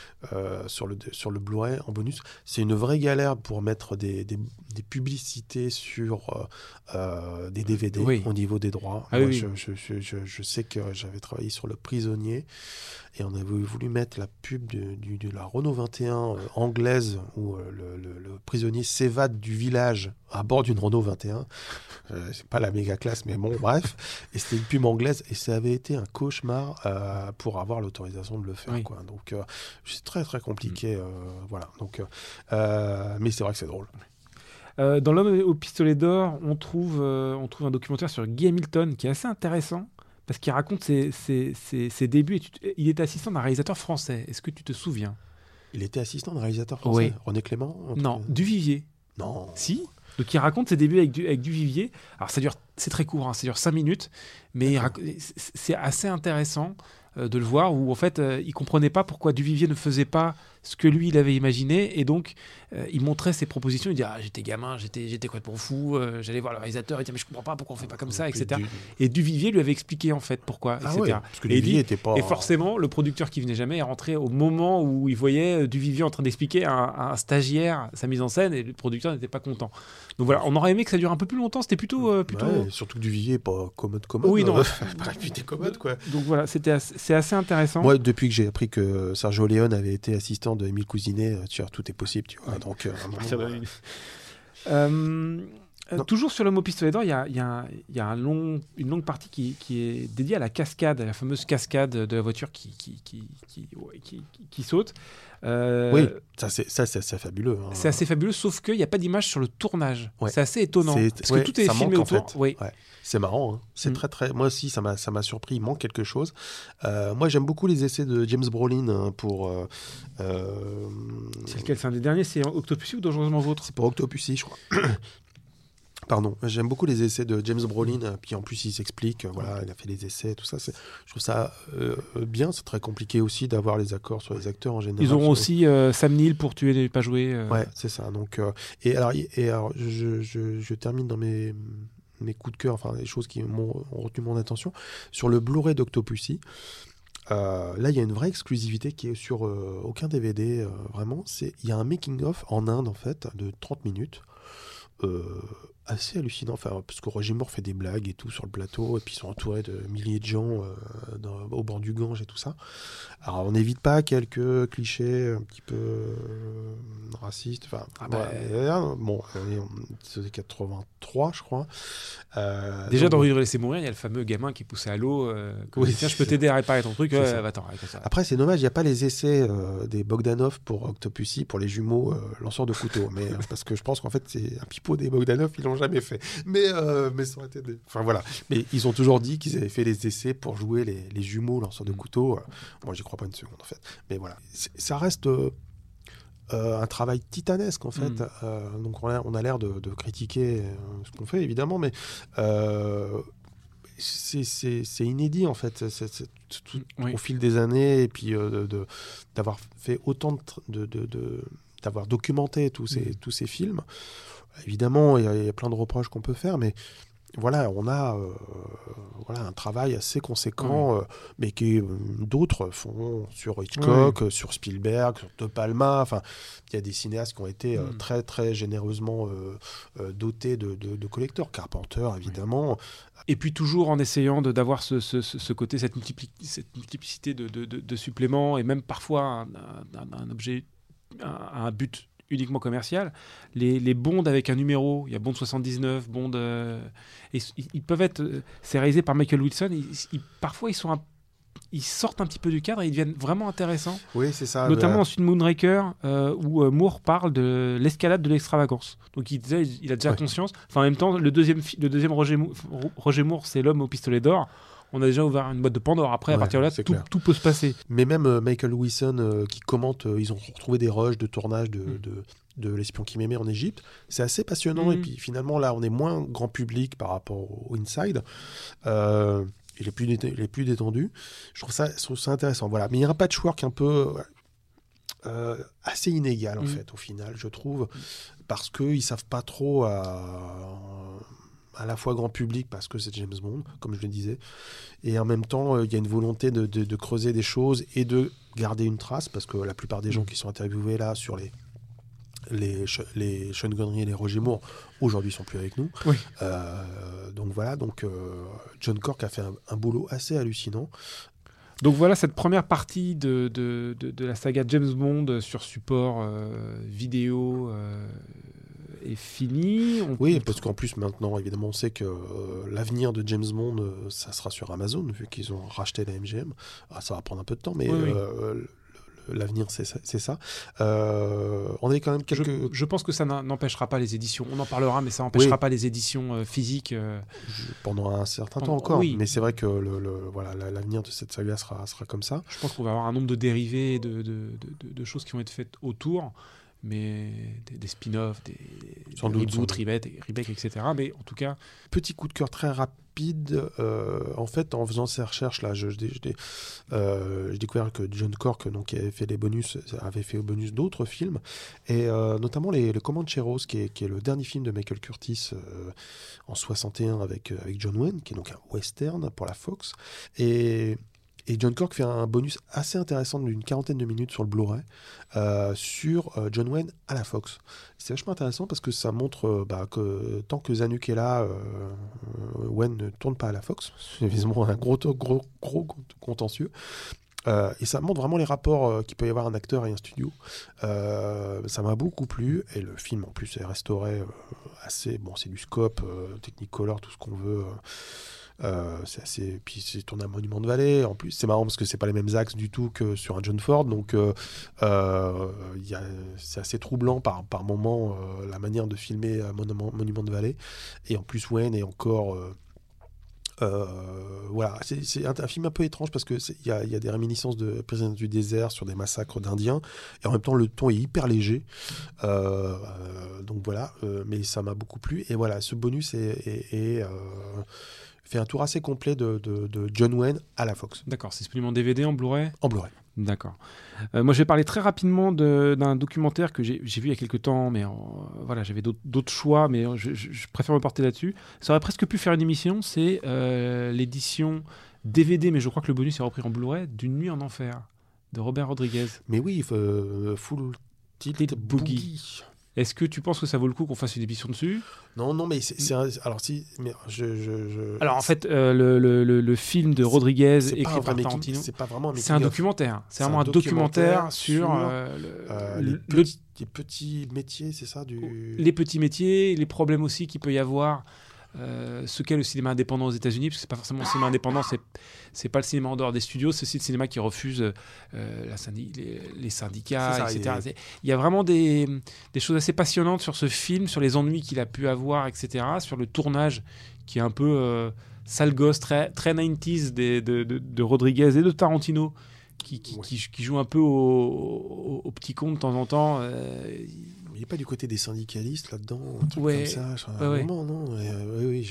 S2: le Blu-ray en bonus. C'est une vraie galère pour mettre des publicités sur des DVD au niveau des droits. Moi, je sais que j'avais travaillé sur Le Prisonnier et on avait voulu mettre la pub de la Renault 21 anglaise où le prisonnier s'évade du village à bord d'une Renault 21. C'est pas la méga classe, mais bon, bref. Et c'était une pub anglaise et ça avait été un cauchemar pour avoir l'autorisation de le faire, quoi. Donc c'est très très compliqué. Voilà. Donc, mais c'est vrai que c'est drôle.
S1: Dans L'Homme au pistolet d'or, on trouve un documentaire sur Guy Hamilton qui est assez intéressant parce qu'il raconte ses débuts. Il était assistant d'un réalisateur français. Est-ce que tu te souviens ?
S2: Il était assistant d'un réalisateur français. René Clément ?
S1: Non, Duvivier.
S2: Non.
S1: Si. Donc il raconte ses débuts avec Duvivier. Alors c'est très court, hein, ça dure 5 minutes, mais c'est assez intéressant de le voir où en fait il comprenait pas pourquoi Duvivier ne faisait pas ce que lui il avait imaginé, et donc il montrait ses propositions. Il dit j'étais gamin, j'étais complètement fou, j'allais voir le réalisateur, il disait mais je comprends pas pourquoi on fait pas comme ça, etc. Et Duvivier lui avait expliqué en fait pourquoi, etc.
S2: Ouais, parce que Duvivier était pas...
S1: Et forcément le producteur qui venait jamais est rentré au moment où il voyait Duvivier en train d'expliquer à un stagiaire sa mise en scène, et le producteur n'était pas content. Donc voilà, on aurait aimé que ça dure un peu plus longtemps, c'était plutôt...
S2: Ouais, surtout que Duvivier n'est pas commode.
S1: Oui, non.
S2: T'es commode, quoi.
S1: Donc voilà, c'est assez intéressant.
S2: Moi, depuis que j'ai appris que Sergio Leone avait été assistant de Émile Cousinet, tu vois, tout est possible, tu vois. Donc,
S1: Toujours sur l'homme au pistolet d'or, il y a une longue partie qui est dédiée à la cascade, à la fameuse cascade de la voiture qui saute.
S2: Oui, ça c'est fabuleux. Hein.
S1: C'est assez fabuleux, sauf qu'il n'y a pas d'image sur le tournage.
S2: Ouais.
S1: C'est assez étonnant. Parce que tout est filmé autour.
S2: En fait. Ouais. C'est marrant. Hein. C'est très. Moi aussi, ça m'a surpris. Il manque quelque chose. Moi, j'aime beaucoup les essais de James Brolin pour.
S1: C'est lequel? C'est un des derniers. C'est Octopussy ou Dangereusement Vôtre?
S2: C'est pour Octopussy, je crois. Pardon, j'aime beaucoup les essais de James Brolin, puis en plus il s'explique, voilà, il a fait les essais, tout ça. Je trouve ça bien, c'est très compliqué aussi d'avoir les accords sur les acteurs en général.
S1: Ils auront aussi Sam Neill pour Tuer et pas jouer.
S2: Ouais, c'est ça. Donc, et alors je termine dans mes coups de cœur, enfin les choses qui ont retenu mon attention. Sur le Blu-ray d'Octopussy, là il y a une vraie exclusivité qui est sur aucun DVD, vraiment. Il y a un making-of en Inde, en fait, de 30 minutes. Assez hallucinant, parce que Roger Moore fait des blagues et tout sur le plateau, et puis ils sont entourés de milliers de gens au bord du Gange et tout ça. Alors on n'évite pas quelques clichés un petit peu racistes, c'est 83 je crois.
S1: Déjà dans Rire et laisser mourir, il y a le fameux gamin qui est poussé à l'eau, tiens je peux t'aider à réparer ton truc, attends, arrête ça.
S2: Après c'est dommage, il n'y a pas les essais des Bogdanov pour Octopussy, pour les jumeaux lanceurs de couteaux, mais parce que je pense qu'en fait c'est un pipeau des Bogdanov, ils l'ont jamais fait, mais ça aurait été enfin voilà, mais ils ont toujours dit qu'ils avaient fait les essais pour jouer les jumeaux lanceurs de couteaux. Moi j'y crois pas une seconde en fait, mais voilà, ça reste un travail titanesque en fait. Donc on a l'air de critiquer ce qu'on fait évidemment, mais c'est inédit en fait, au fil des années, et puis d'avoir fait autant d'avoir documenté tous ces films. Évidemment, il y a plein de reproches qu'on peut faire, mais voilà, on a un travail assez conséquent, mais que d'autres font sur Hitchcock, sur Spielberg, sur De Palma. Enfin, il y a des cinéastes qui ont été très très généreusement dotés de collecteurs. Carpenter, évidemment.
S1: Et puis toujours en essayant d'avoir ce côté, cette multiplicité de suppléments, et même parfois un objet, un but uniquement commercial. Les Bond avec un numéro, il y a Bond 79, Bond... et ils peuvent être... c'est réalisé par Michael Wilson. Parfois, ils sortent un petit peu du cadre et ils deviennent vraiment intéressants.
S2: Oui, c'est ça.
S1: Notamment dans Swin Moonraker, où Moore parle de l'escalade de l'extravagance. Donc il a déjà conscience. Enfin, en même temps, le deuxième Roger Moore, c'est L'homme au pistolet d'or. On a déjà ouvert une boîte de Pandore. Après, à partir de là, tout peut se passer.
S2: Mais même Michael Wilson qui commente, ils ont retrouvé des rushs de tournage de L'espion qui m'aimait en Égypte. C'est assez passionnant. Et puis finalement, là, on est moins grand public par rapport au Inside. Il est plus détendu. Je trouve ça intéressant. Voilà. Mais il y a un patchwork un peu assez inégal, en fait, au final, je trouve. Parce qu'ils ne savent pas trop à la fois grand public, parce que c'est James Bond, comme je le disais, et en même temps il y a une volonté de creuser des choses et de garder une trace, parce que la plupart des gens qui sont interviewés là sur les Sean Connery et les Roger Moore aujourd'hui sont plus avec nous. Donc voilà, John Cork a fait un boulot assez hallucinant.
S1: Donc voilà, cette première partie de la saga James Bond sur support vidéo est fini.
S2: Parce qu'en plus maintenant, évidemment, on sait que l'avenir de James Bond, ça sera sur Amazon, vu qu'ils ont racheté la MGM. Ça va prendre un peu de temps, mais l'avenir, c'est ça. On a quand même quelques...
S1: Je pense que ça n'empêchera pas les éditions. On en parlera, mais ça n'empêchera pas les éditions physiques.
S2: Pendant un certain temps encore. Mais c'est vrai que l'avenir de cette saga sera comme ça.
S1: Je pense qu'on va avoir un nombre de dérivés, de choses qui vont être faites autour. Mais des spin-offs, des reboots, remakes, etc. Mais en tout cas...
S2: Petit coup de cœur très rapide. En fait, en faisant ces recherches, là, j'ai découvert que John Cork, qui avait fait au bonus d'autres films, et notamment le Comancheros, qui est le dernier film de Michael Curtis en 61 avec John Wayne, qui est donc un western pour la Fox. Et John Cork fait un bonus assez intéressant d'une 40aine de minutes sur le Blu-ray sur John Wayne à la Fox. C'est vachement intéressant parce que ça montre que tant que Zanuck est là, Wayne ne tourne pas à la Fox. C'est évidemment un gros contentieux. Et ça montre vraiment les rapports qu'il peut y avoir un acteur et un studio. Ça m'a beaucoup plu, et le film en plus est restauré assez... Bon, c'est du scope, Technicolor, tout ce qu'on veut. C'est assez... Puis c'est tourné à Monument de Vallée. En plus, c'est marrant parce que c'est pas les mêmes axes du tout que sur un John Ford. Donc, c'est assez troublant par moment la manière de filmer Monument de Vallée. Et en plus, Wayne est encore... voilà, c'est un film un peu étrange parce que il y a des réminiscences de Prisonniers du désert sur des massacres d'Indiens et en même temps le ton est hyper léger. Donc voilà, mais ça m'a beaucoup plu. Et voilà, ce bonus fait un tour assez complet de John Wayne à la Fox.
S1: D'accord, c'est disponible en DVD, en Blu-ray ?
S2: En Blu-ray.
S1: D'accord. Moi, je vais parler très rapidement d'un documentaire que j'ai vu il y a quelques temps, mais voilà, j'avais d'autres choix, mais je préfère me porter là-dessus. Ça aurait presque pu faire une émission, c'est l'édition DVD, mais je crois que le bonus est repris en Blu-ray, d'Une nuit en enfer, de Robert Rodriguez.
S2: Mais oui, Full Tilt Boogie.
S1: Est-ce que tu penses que ça vaut le coup qu'on fasse une émission dessus ?
S2: Non, mais alors si, mais
S1: Alors en fait, le film de Rodriguez écrit par Tarantino,
S2: c'est pas vraiment un
S1: c'est un documentaire. C'est vraiment un documentaire sur
S2: les petits métiers, c'est ça
S1: les petits métiers, les problèmes aussi qu'il peut y avoir. Ce qu'est le cinéma indépendant aux États-Unis, parce que c'est pas forcément le cinéma indépendant, c'est pas le cinéma en dehors des studios, c'est aussi le cinéma qui refuse les syndicats, etc. Il y a vraiment des choses assez passionnantes sur ce film, sur les ennuis qu'il a pu avoir, etc. Sur le tournage qui est un peu sale gosse, très 90s de Rodriguez et de Tarantino, qui joue un peu au petit con de temps en temps.
S2: Il n'est pas du côté des syndicalistes là-dedans, un truc comme ça. Moment, non. Oui,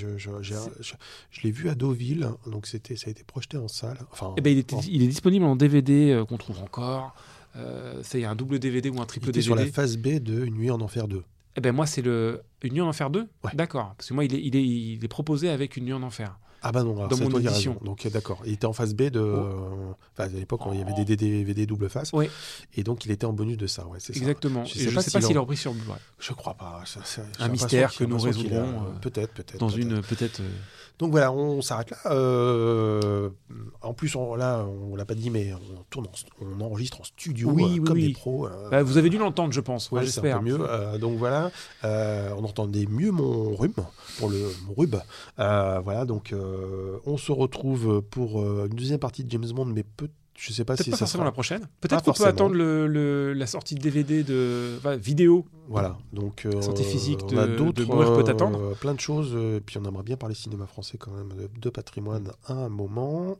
S2: je l'ai vu à Deauville, donc ça a été projeté en salle. Enfin,
S1: il est disponible en DVD qu'on trouve encore. Il y a un double DVD ou un triple DVD.
S2: Sur la phase B de Une nuit en enfer 2.
S1: Moi, c'est Une nuit en enfer 2 ? Ouais. D'accord, parce que moi, il est proposé avec Une nuit en enfer.
S2: Ah bah non, alors
S1: dans mon édition.
S2: Donc d'accord, il était en phase B à l'époque, il y avait des DVD double face.
S1: Oui.
S2: Et donc il était en bonus de ça, ouais, c'est
S1: exactement.
S2: ça.
S1: Je ne sais pas s'il est repris sur Blu-ray.
S2: Je crois pas.
S1: Un mystère que nous résoudrons.
S2: Peut-être.
S1: Peut-être.
S2: Donc voilà, on s'arrête là. En plus, on l'a pas dit, mais on enregistre en studio comme des pros.
S1: Vous avez dû l'entendre, je pense. Ouais,
S2: j'espère. C'est un peu mieux. Donc voilà, on entendait mieux mon rhume pour mon rub. Voilà, donc on se retrouve pour une deuxième partie de James Bond, mais je sais pas si
S1: ça
S2: sera
S1: forcément la prochaine. Peut-être qu'on peut attendre la sortie de DVD vidéo.
S2: Voilà, donc
S1: sortie physique
S2: on a d'autres,
S1: Mourir peut attendre.
S2: plein de choses. Puis on aimerait bien parler cinéma français quand même de patrimoine à un moment.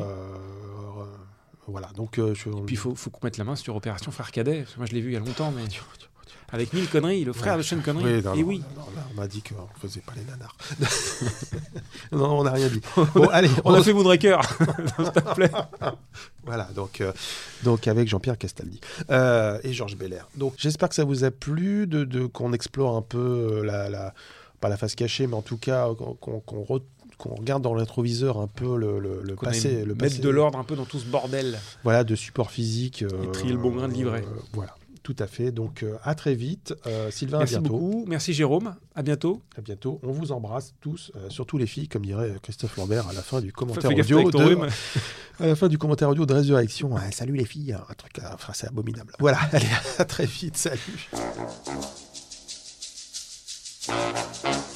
S2: Voilà, donc
S1: et puis il faut qu'on mette la main sur Opération Frère Cadet. Parce que moi je l'ai vu il y a longtemps, mais avec Neil Connery, le frère de Sean Connery.
S2: Oui, on m'a dit qu'on faisait pas les nanars. Non, on n'a rien dit. Bon, allez,
S1: on a fait Moonraker, s'il te plaît.
S2: Voilà, donc avec Jean-Pierre Castaldi et Georges Belair. Donc j'espère que ça vous a plu qu'on explore un peu pas la face cachée, mais en tout cas qu'on regarde dans l'introviseur un peu le passé.
S1: Mettre de l'ordre un peu dans tout ce bordel.
S2: Voilà, de support physique.
S1: Et trier le bon grain de livret.
S2: Voilà. Tout à fait. Donc, à très vite. Sylvain,
S1: merci
S2: à bientôt.
S1: Beaucoup. Merci Jérôme. À bientôt.
S2: À bientôt. On vous embrasse tous, surtout les filles, comme dirait Christophe Lambert à la fin du commentaire à la fin du commentaire audio de Résurrection. Salut les filles. Un truc, c'est abominable. Voilà. Allez, à très vite. Salut.